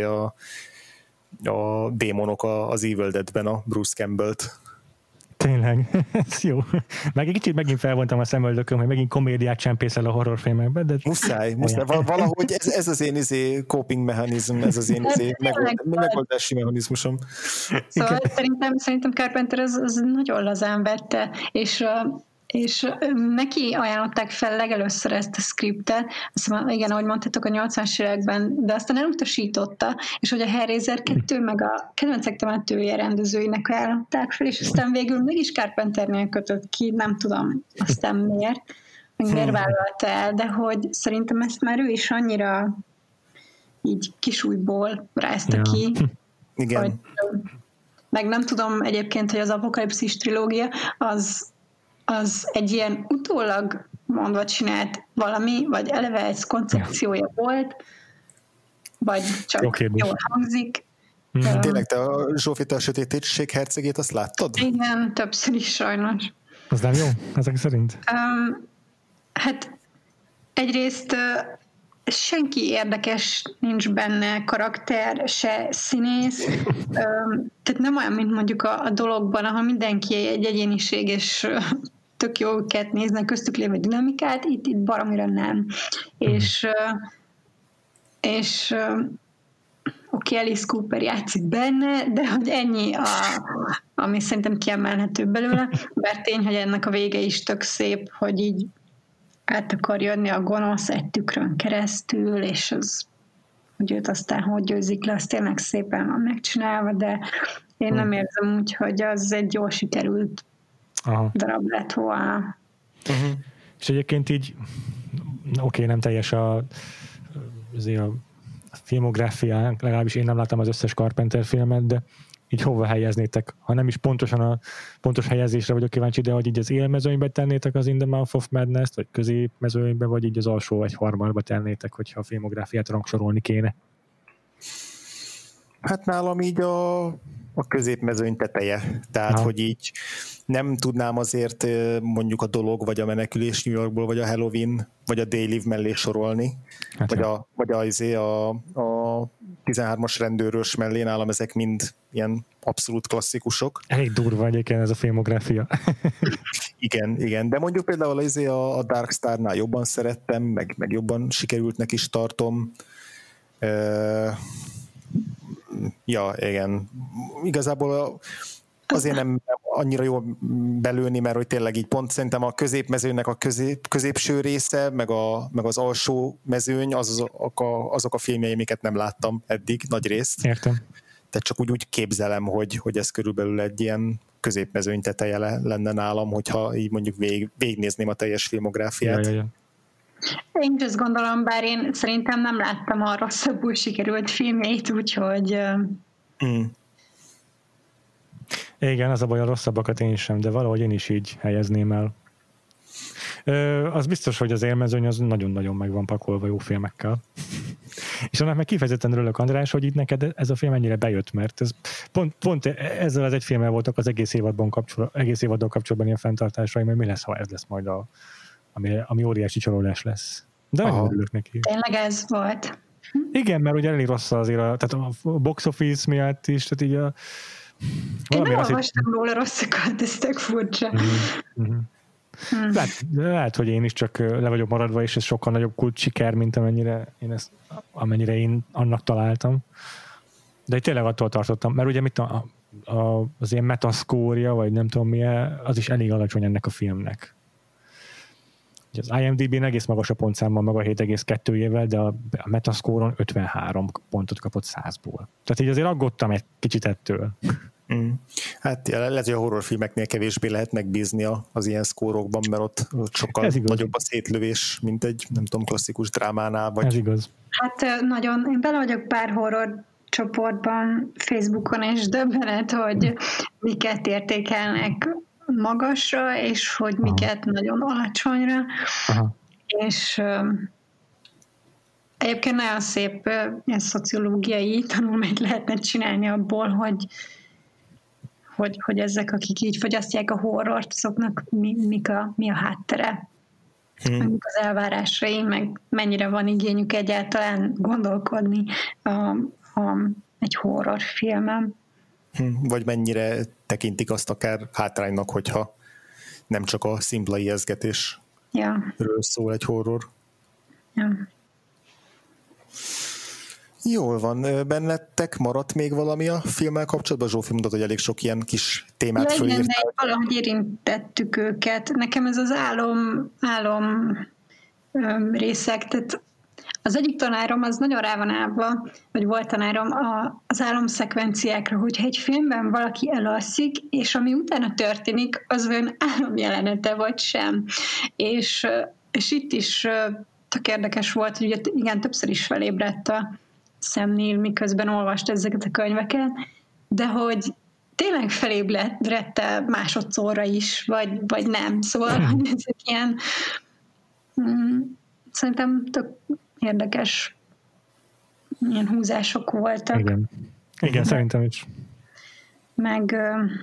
démonok az Evil Deadben a Bruce Campbell-t. Tényleg, ez jó. Meg egy kicsit megint felvontam a szemöldököm, hogy megint komédiát csempészel a horrorfilmekbe, de... Muszáj. Valahogy ez az én coping mechanizm, ez az én megoldási mechanizmusom. Szóval szerintem Carpenter az nagyon lazán vette, és neki ajánlották fel legelőször ezt a scriptet, azt mondom, igen, ahogy mondtátok, a 80-as években, de aztán elutasította, és hogy a Hellraiser 2 meg a Kedvencek temetője rendezőinek ajánlották fel, és aztán végül mégis Carpenternél kötött ki, nem tudom aztán miért vállalta el, de hogy szerintem ezt már ő is annyira így kisújból rázta ki. Igen. Hogy, meg nem tudom egyébként, hogy az Apokalipszis trilógia az egy ilyen utólag mondva csinált valami, vagy eleve egy koncepciója volt, vagy csak jól hangzik. Tényleg, te a Zsófi, te a Sötétség hercegét, azt láttad? Igen, többször is sajnos. Az nem jó, ezek szerint? Hát egyrészt senki érdekes nincs benne, karakter, se színész, tehát nem olyan, mint mondjuk a dologban, ahol mindenki egy egyéniség, és tök jó őket néznek, köztük lévő dinamikát, itt baromira nem. És oké, Alice Cooper játszik benne, de hogy ennyi, ami szerintem kiemelhető belőle, mert tény, hogy ennek a vége is tök szép, hogy így át akar jönni a gonosz egy tükrön keresztül, és az, hogy őt aztán hogy győzik le, az tényleg szépen van megcsinálva, de én nem érzem úgy, hogy az egy jól sikerült darab lett volna. És egyébként így oké, nem teljes a filmográfiánk, legalábbis én nem láttam az összes Carpenter filmet, de így hova helyeznétek? Ha nem is pontosan a pontos helyezésre vagyok kíváncsi, de hogy így az élmezőnybe tennétek az In the Mouth of Madness-t, vagy középmezőnybe, vagy így az alsó egy harmadba tennétek, hogyha a filmográfiát rangsorolni kéne? Hát nálam így a középmezőny teteje. Tehát, hogy így nem tudnám azért mondjuk a Dolog, vagy a Menekülés New Yorkból, vagy a Halloween, vagy a They Live mellé sorolni, hát vagy a 13-as rendőrös mellé, nálam ezek mind ilyen abszolút klasszikusok. Elég durva egyébként ez a filmográfia. Igen, de mondjuk például a Dark Star-nál jobban szerettem, meg jobban sikerültnek is tartom. Ja, igen. Igazából azért nem annyira jól belőni, mert hogy tényleg így pont szerintem a középmezőnek a középső része, meg az alsó mezőny, azok a filmjei, amiket nem láttam eddig, nagy részt. Értem. Tehát csak úgy képzelem, hogy ez körülbelül egy ilyen középmezőny teteje lenne nálam, hogyha így mondjuk végignézném a teljes filmográfiát. Ja. Én is azt gondolom, bár én szerintem nem láttam a rosszabbul sikerült filmjét, úgyhogy... Igen, az a baj, a rosszabbakat én sem, de valahogy én is így helyezném el. Az biztos, hogy az élmezőny az nagyon-nagyon meg van pakolva jó filmekkel. És annak meg kifejezetten örülök, András, hogy itt neked ez a film ennyire bejött, mert ez pont ezzel az egy filmmel voltak az egész évaddal kapcsolatban ilyen fenntartásaim, hogy mi lesz, ha ez lesz majd ami óriási csalódás lesz. De nagyon örülök neki. Tényleg ez volt. Igen, mert ugye elég rossz azért tehát a box office miatt is, tehát így én nem olvastam róla rosszakat, ez tök furcsa. Lehet, hogy én is csak le vagyok maradva, és ez sokkal nagyobb kult siker, mint amennyire én annak találtam. De tényleg attól tartottam, mert ugye az ilyen metascore-ja, vagy nem tudom milyen, az is elég alacsony ennek a filmnek. Az IMDb-n egész magas a pontszámmal, meg a 7,2-jével, de a metascore-on 53 pontot kapott 100-ból. Tehát így azért aggódtam egy kicsit ettől. Hát lehet, hogy a horrorfilmeknél kevésbé lehet megbízni az ilyen szkórokban, mert ott sokkal nagyobb a szétlövés, mint egy, nem tudom, klasszikus drámánál. Vagy... Ez igaz. Hát nagyon, én bele vagyok pár horror csoportban, Facebookon, és döbbenet, hogy miket értékelnek magasra, és hogy miket nagyon alacsonyra. Aha. És egyébként nagyon szép ilyen szociológiai tanulmányt lehetne csinálni abból, hogy ezek, akik így fogyasztják a horrort, azoknak mi a háttere, mik az elvárásai, meg mennyire van igényük egyáltalán gondolkodni egy horrorfilmen. Vagy mennyire tekintik azt akár hátránynak, hogyha nem csak a szimpla ijesztgetésről szól egy horror. Ja. Jól van, bennetek maradt még valami a filmmel kapcsolatban? Zsófi mondott, hogy elég sok ilyen kis témát fölírtál. Igen, de valahogy érintettük őket. Nekem ez az álom részek, tehát az egyik tanárom az nagyon rá van állva, vagy volt tanárom az álomszekvenciákra, hogyha egy filmben valaki elalszik, és ami utána történik, az olyan álomjelenete vagy sem. És itt is tök érdekes volt, hogy igen, többször is felébredt a Sam Neill, miközben olvast ezeket a könyveket, de hogy tényleg felébredt másodszorra is, vagy nem. Szóval ezek ilyen szerintem tök érdekes ilyen húzások voltak. Igen, szerintem is. Meg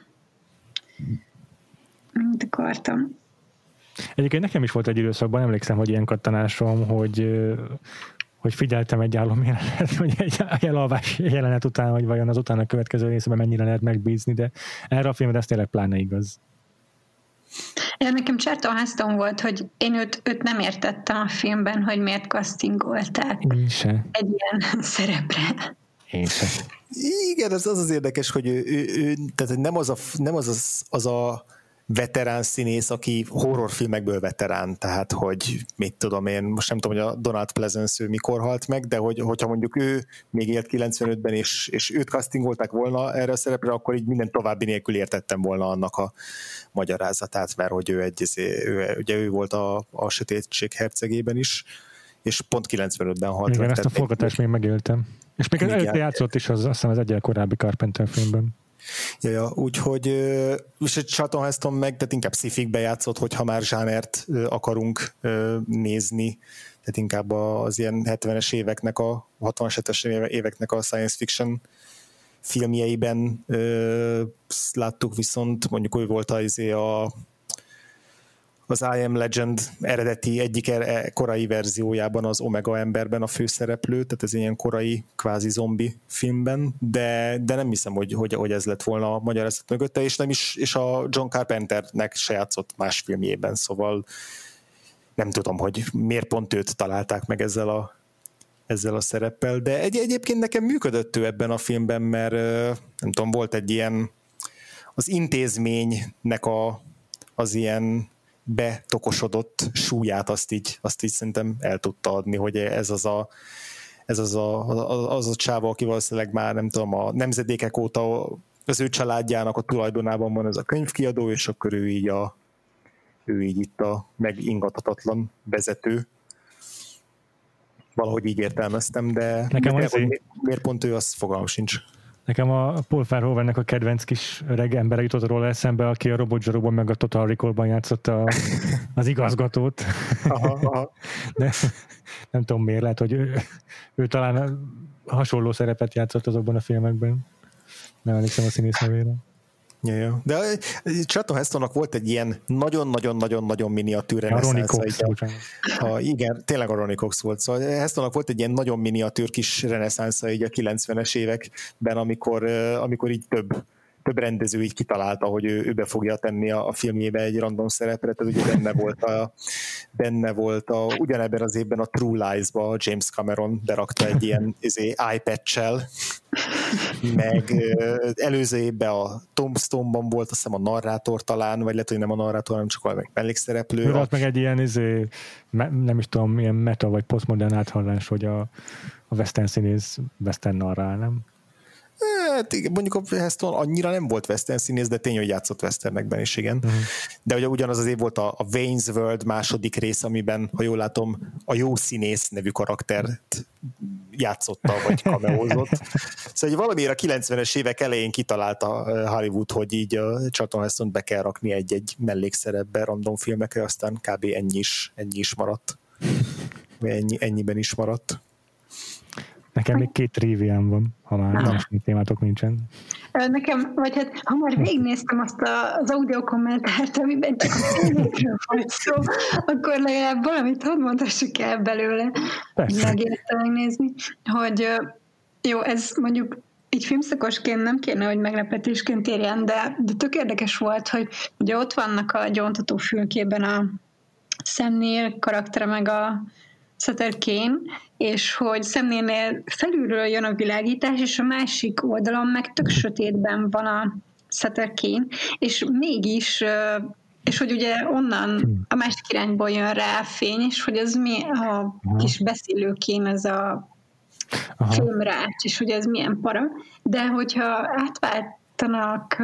mit akartam? Egyébként nekem is volt egy időszakban, emlékszem, hogy ilyen kattanásom, hogy figyeltem egy álomjelenet, vagy egy elalvás jelenet után, hogy vajon az utána következő részben mennyire lehet megbízni, de erre a filmre ez tényleg pláne igaz. Nekem Charlton Heston volt, hogy én őt nem értettem a filmben, hogy miért castingolták egy ilyen szerepre. Én sem. Igen, az érdekes, hogy ő tehát nem az a veterán színész, aki horrorfilmekből veterán, tehát hogy mit tudom én, most nem tudom, hogy a Donald Pleasence ő mikor halt meg, de hogyha mondjuk ő még élt 95-ben, és őt castingolták volna erre a szerepre, akkor így minden további nélkül értettem volna annak a magyarázatát, mert hogy ugye ő volt a Sötétség hercegében is, és pont 95-ben halt. Igen, ezt a forgatást még megéltem. És még előtte játszott is azt hiszem az egyel korábbi Carpenter filmben. Ja, úgyhogy és egy Charlton Heston meg, tehát inkább sci-fikbe játszott, hogyha már zsánert akarunk nézni, tehát inkább az ilyen 70-es éveknek, a 60-es éveknek a science fiction filmjeiben láttuk, viszont mondjuk ő volt az I Am Legend eredeti egyik korai verziójában az Omega emberben a főszereplő, tehát ez ilyen korai kvázi zombi filmben, de nem hiszem, hogy ez lett volna a magyarázat mögötte, és a John Carpenternek se játszott más filmjében, szóval nem tudom, hogy miért pont őt találták meg ezzel a szereppel, de egyébként nekem működött ő ebben a filmben, mert nem tudom, volt egy ilyen az intézménynek az ilyen betokosodott súlyát, azt így szerintem el tudta adni, hogy ez az a csáva, aki valószínűleg már nem tudom, a nemzedékek óta az ő családjának a tulajdonában van ez a könyvkiadó, és akkor ő így itt a megingathatatlan vezető. Valahogy így értelmeztem, de nekem miért pont ő, az fogalmam sincs. Nekem a Paul Verhoevennek a kedvenc kis öreg embere jutott róla eszembe, aki a Robot Zsaróban meg a Total Recall-ban játszotta az igazgatót. Aha. De nem tudom miért, lehet, hogy ő talán hasonló szerepet játszott azokban a filmekben. Nem emlékszem a színész nevére. Ja. De Charlton Hestonnak volt egy ilyen nagyon-nagyon-nagyon-nagyon miniatűr reneszánsza. Igen, tényleg a Ronnie Cox volt. Szóval Hestonnak volt egy ilyen nagyon miniatűr kis reneszánsza így a 90-es években, amikor így több rendező így kitalálta, hogy ő be fogja tenni a filmjébe egy random szerepre, tehát ugye benne volt ugyanebben az évben a True Lies-ba James Cameron berakta egy ilyen iPad-csel, meg előző évben a Tombstone-ban volt, azt hiszem a narrátor talán, vagy lehet, hogy nem a narrátor, hanem csak valami mellékszereplő. Volt meg egy ilyen, nem is tudom, ilyen meta vagy posztmodern áthallás, hogy a western színész western narrál, nem? Hát, mondjuk a Heston annyira nem volt western színész, de tény, hogy játszott westernekben is, igen. Uh-huh. De ugye ugyanaz az év volt a Wayne's World második rész, amiben, ha jól látom, a Jó Színész nevű karaktert játszotta, vagy cameózott. Szóval valamiért a 90-es évek elején kitalálta Hollywood, hogy így a Charlton Hestont be kell rakni egy mellékszerepbe random filmekre, aztán kb. ennyi is maradt. Ennyiben is maradt. Nekem még 2 triviám van, ha már más témátok nincsen. Nekem, vagy hát hamar végignéztem azt az audio kommentárt, amiben csak a filmekről volt szó, akkor legalább valamit hadd mondhassuk el belőle, megérte megnézni, hogy jó, ez mondjuk így filmszakosként nem kéne, hogy meglepetésként érjen, de tök érdekes volt, hogy ugye ott vannak a gyóntató fülkében a Sam Neill karaktere, meg a Sutter Kane, és hogy Sam Neill-nél felülről jön a világítás, és a másik oldalon meg tök sötétben van a Sutter Kane, és mégis, és hogy ugye onnan a másik irányból jön rá a fény, és hogy ez mi a kis beszélőkén ez a filmrács, és hogy ez milyen para. De hogyha átváltanak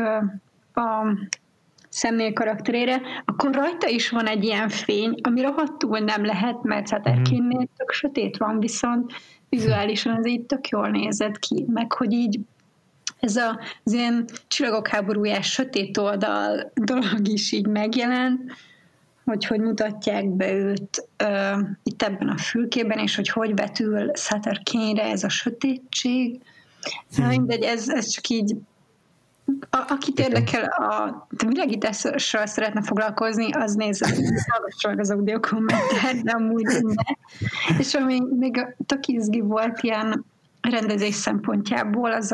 a Sam Neill karakterére, akkor rajta is van egy ilyen fény, ami rohadtul nem lehet, mert Sutter Kane-nél tök sötét van, viszont vizuálisan ez így tök jól nézett ki, meg hogy így ez az ilyen Csillagok háborújás sötét oldal dolog is így megjelent, hogy mutatják be őt itt ebben a fülkében, és hogy vetül Sutter Kane-re ez a sötétség. Mindegy, ez csak így akit érdekel a világítással szeretne foglalkozni, az nézze, hallgassa meg az audio kommentát, de amúgy ne. És ami még tök izgi volt ilyen rendezés szempontjából, az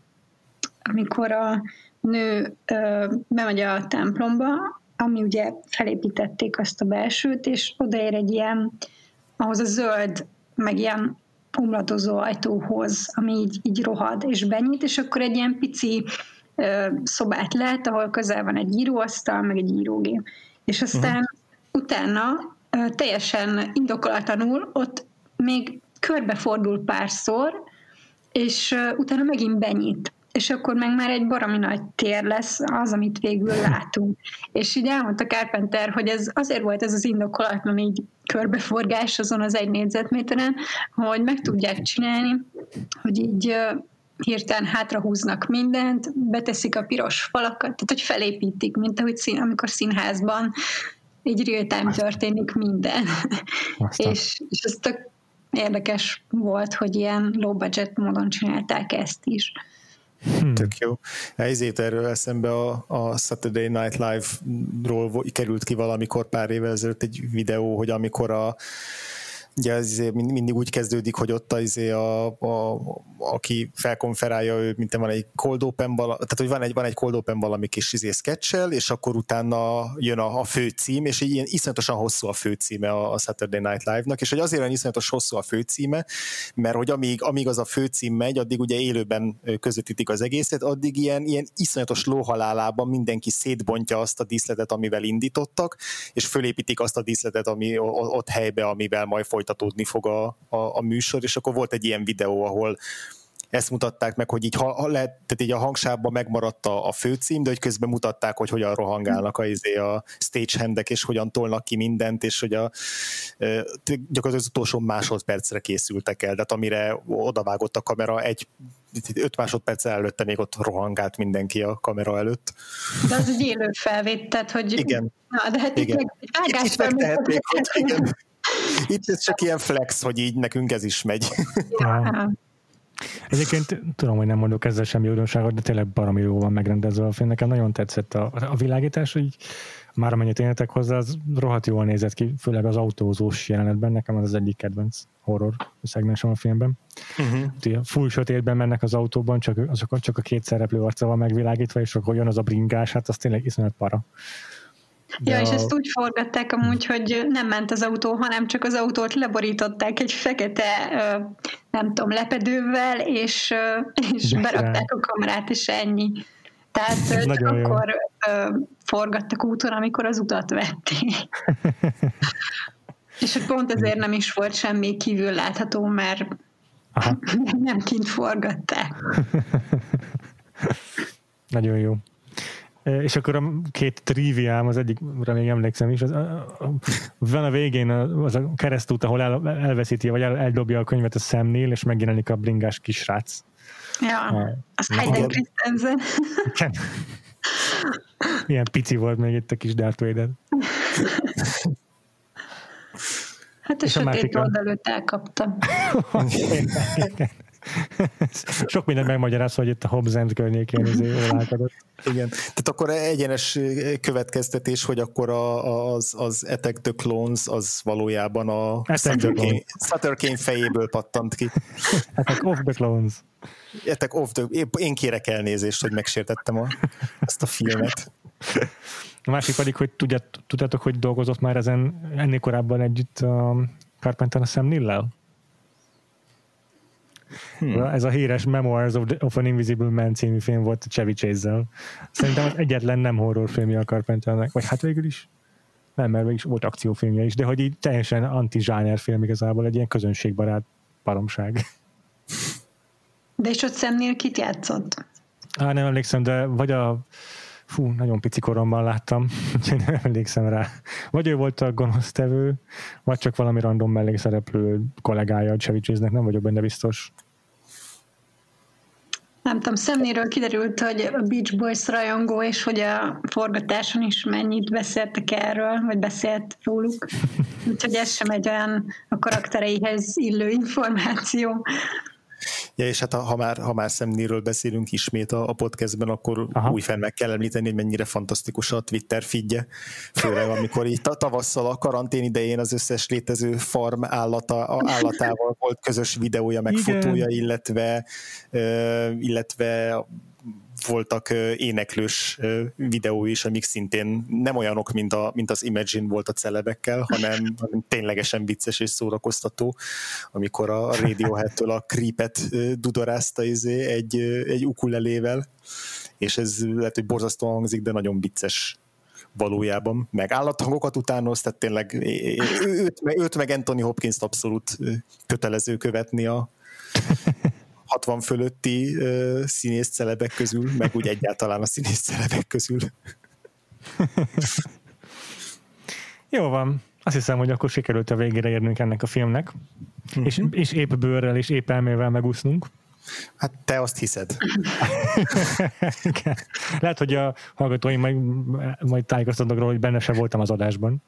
amikor a nő bemegy a templomba, ami ugye felépítették azt a belsőt, és odaér egy ilyen, ahhoz a zöld, meg ilyen omladozó ajtóhoz, ami így rohad és benyit, és akkor egy ilyen pici szobát lát, ahol közel van egy íróasztal, meg egy írógép. És aztán utána teljesen indokolatlanul ott még körbefordul párszor, és utána megint benyit. És akkor meg már egy baromi nagy tér lesz az, amit végül látunk. És így elmondta Carpenter, hogy ez azért volt ez az indokolatlan így körbeforgás azon az 1 négyzetméteren, hogy meg tudják csinálni, hogy így hirtelen hátrahúznak mindent, beteszik a piros falakat, tehát hogy felépítik, mint ahogy amikor színházban így real-time történik minden. és ez tök érdekes volt, hogy ilyen low budget módon csinálták ezt is. Tök jó. Ezért erről eszembe a Saturday Night Live-ról került ki valamikor pár évvel ezelőtt egy videó, hogy amikor ugye ez mindig úgy kezdődik, hogy ott aki felkonferálja, ő mint van egy cold open, tehát hogy van egy cold open valami kis sketch-el, és akkor utána jön a főcím, és egy ilyen iszonyatosan hosszú a főcíme a Saturday Night Live-nak, és hogy azért olyan iszonyatos hosszú a főcíme, mert hogy amíg az a főcím megy, addig ugye élőben közvetítik az egészet, addig ilyen iszonyatos lóhalálában mindenki szétbontja azt a díszletet, amivel indítottak, és fölépítik azt a díszletet, ami ott helybe, amivel majd folytatódni fog a műsor, és akkor volt egy ilyen videó, ahol ezt mutatták meg, hogy így, tehát így a hangsávban megmaradt a főcím, de hogy közben mutatták, hogy hogyan rohangálnak a stagehandek, és hogyan tolnak ki mindent, és hogy gyakorlatilag az utolsó másodpercre készültek el, tehát amire odavágott a kamera, 5 másodperc előtte még ott rohangált mindenki a kamera előtt. De az egy élő felvételt, hogy... Igen. Na, de hát igen. Itt megtehetnék, hogy igen. Itt ez csak ilyen flex, hogy így nekünk ez is megy. Ja. Egyébként tudom, hogy nem mondok ezzel semmi újdonságot, de tényleg baromi jó van megrendezve a film. Nekem nagyon tetszett a világítás, hogy már amennyit éltek hozzá, az rohadt jól nézett ki, főleg az autózós jelenetben, nekem az egyik kedvenc horror szegmensem a filmben. Uh-huh. Full sötétben mennek az autóban, csak a 2 szereplő arca van megvilágítva, és akkor jön az a bringás, hát az tényleg iszonyat para. Ja, és ezt úgy forgatták amúgy, hogy nem ment az autó, hanem csak az autót leborították egy fekete, nem tudom, lepedővel, és berakták a kamerát, és ennyi. Tehát csak akkor forgattak úton, amikor az utat vették. És hogy pont ezért nem is volt semmi kívül látható, mert nem kint forgatták. Nagyon jó. És akkor a 2 triviám, az egyikre még emlékszem is, van a végén az a keresztút, ahol elveszíti, vagy eldobja a könyvet a Sam Neill, és megjelenik a bringás kisrác. Ja, az Hayden Christensen. Milyen pici volt még itt a kis Darth Vader. Hát a sötét oldalőtt elkaptam. Sok mindent megmagyaráz, hogy itt a Hobbs End környékén ólálkodott. Igen. Tehát akkor egyenes következtetés, hogy akkor az Attack the Clones az valójában a Sutter Kane fejéből pattant ki. Attack of the Clones. Én kérek elnézést, hogy megsértettem ezt a filmet. A másik pedig, hogy tudjátok, hogy dolgozott már ennél korábban együtt a Carpenter a Sam Neill-lel? Ez a híres Memoirs of an Invisible Man című film volt a Chevy Chase-zel. Szerintem az egyetlen nem horrorfilmje a Carpenternek, vagy hát végül is nem, mert végül is volt akciófilmje is, de hogy így teljesen anti-zsáner film igazából, egy ilyen közönségbarát baromság. De és ott Sam Neill kit játszott? Nem emlékszem, de vagy nagyon pici koromban láttam, úgyhogy nem emlékszem rá. Vagy ő volt a gonosztevő, vagy csak valami random mellékszereplő kollégája a Chevy Chase-nek, nem vagyok benne biztos. Nem tudom, Sam Neillről kiderült, hogy a Beach Boys rajongó, és hogy a forgatáson is mennyit beszéltek erről, vagy beszélt róluk. Úgyhogy ez sem egy olyan a karaktereihez illő információ. Ja, és hát ha már Sam Neillről beszélünk ismét a podcastben, akkor újfel meg kell említeni, hogy mennyire fantasztikus a Twitter feedje, főleg amikor így tavasszal a karantén idején az összes létező farm állatával volt közös videója, meg fotója, illetve voltak éneklős videói is, amik szintén nem olyanok, mint az Imagine volt a celebekkel, hanem ténylegesen vicces és szórakoztató, amikor a Radiohead-től a Creepet dudorázta egy ukulelével, és ez lehet, hogy borzasztóan hangzik, de nagyon vicces valójában. Meg állathangokat utánoz, tehát tényleg őt meg Anthony Hopkins-t abszolút kötelező követni a 60 fölötti színész celebek közül, meg úgy egyáltalán a színész celebek közül. Jó van. Azt hiszem, hogy akkor sikerült a végére érnünk ennek a filmnek, és épp bőrrel és épp elmével megúsznunk. Hát te azt hiszed. Lehet, hogy a hallgatóim majd tájékoztatnak róla, hogy benne sem voltam az adásban.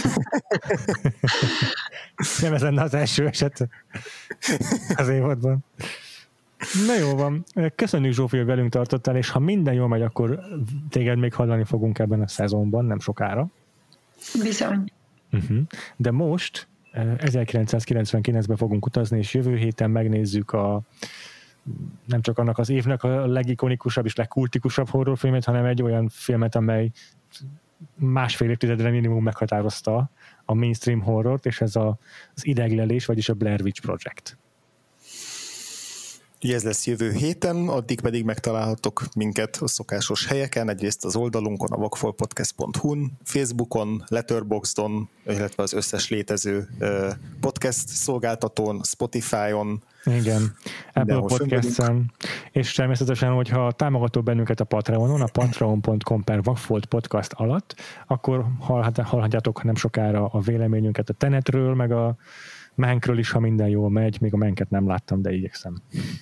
Nem ez lenne az első eset az évadban. Na jó van. Köszönjük, Zsófi, hogy velünk tartottál, és ha minden jól megy, akkor téged még hallani fogunk ebben a szezonban, nem sokára. Bizony. De most 1999-ben fogunk utazni, és jövő héten megnézzük nem csak annak az évnek a legikonikusabb és legkultikusabb horrorfilmet, hanem egy olyan filmet, amely másfél évtizedre minimum meghatározta a mainstream horrort, és ez az Ideglelés, vagyis a Blair Witch Project. Ugye ez lesz jövő héten, addig pedig megtalálhatok minket a szokásos helyeken, egyrészt az oldalunkon, a vakfoltpodcast.hu-n, Facebookon, Letterboxdon, illetve az összes létező podcast szolgáltatón, Spotify-on. Igen, Apple Podcast-en, és természetesen, hogyha támogató bennünket a Patreonon, a patreon.com/vakfoltpodcast alatt, akkor hallhatjátok nem sokára a véleményünket a Tenetről, meg a Mankről is, ha minden jól megy, még a Manket nem láttam, de igyekszem.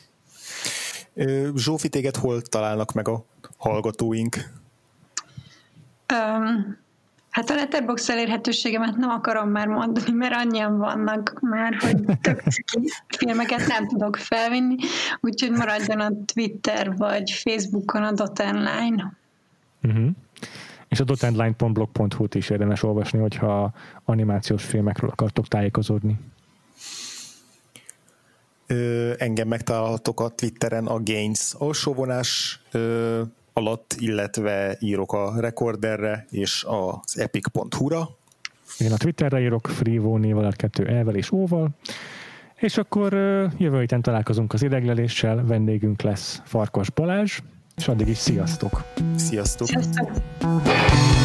Zsófi, téged hol találnak meg a hallgatóink? Hát a Letterboxd elérhetőségemet nem akarom már mondani, mert annyian vannak már, hogy tök filmeket nem tudok felvinni, úgyhogy maradjon a Twitter vagy Facebookon a Dotenline. És a dotenline.blog.hu-t is érdemes olvasni, hogyha animációs filmekről akartok tájékozódni. Engem megtalálhatok a Twitteren a Gains alsóvonás alatt, illetve írok a Recorderre és az epic.hu-ra. Én a Twitterre írok Frivo névvel, 2 E-vel és O-val, és akkor jövő héten találkozunk az idegleléssel, vendégünk lesz Farkas Balázs, és addig is sziasztok! Sziasztok! Sziasztok.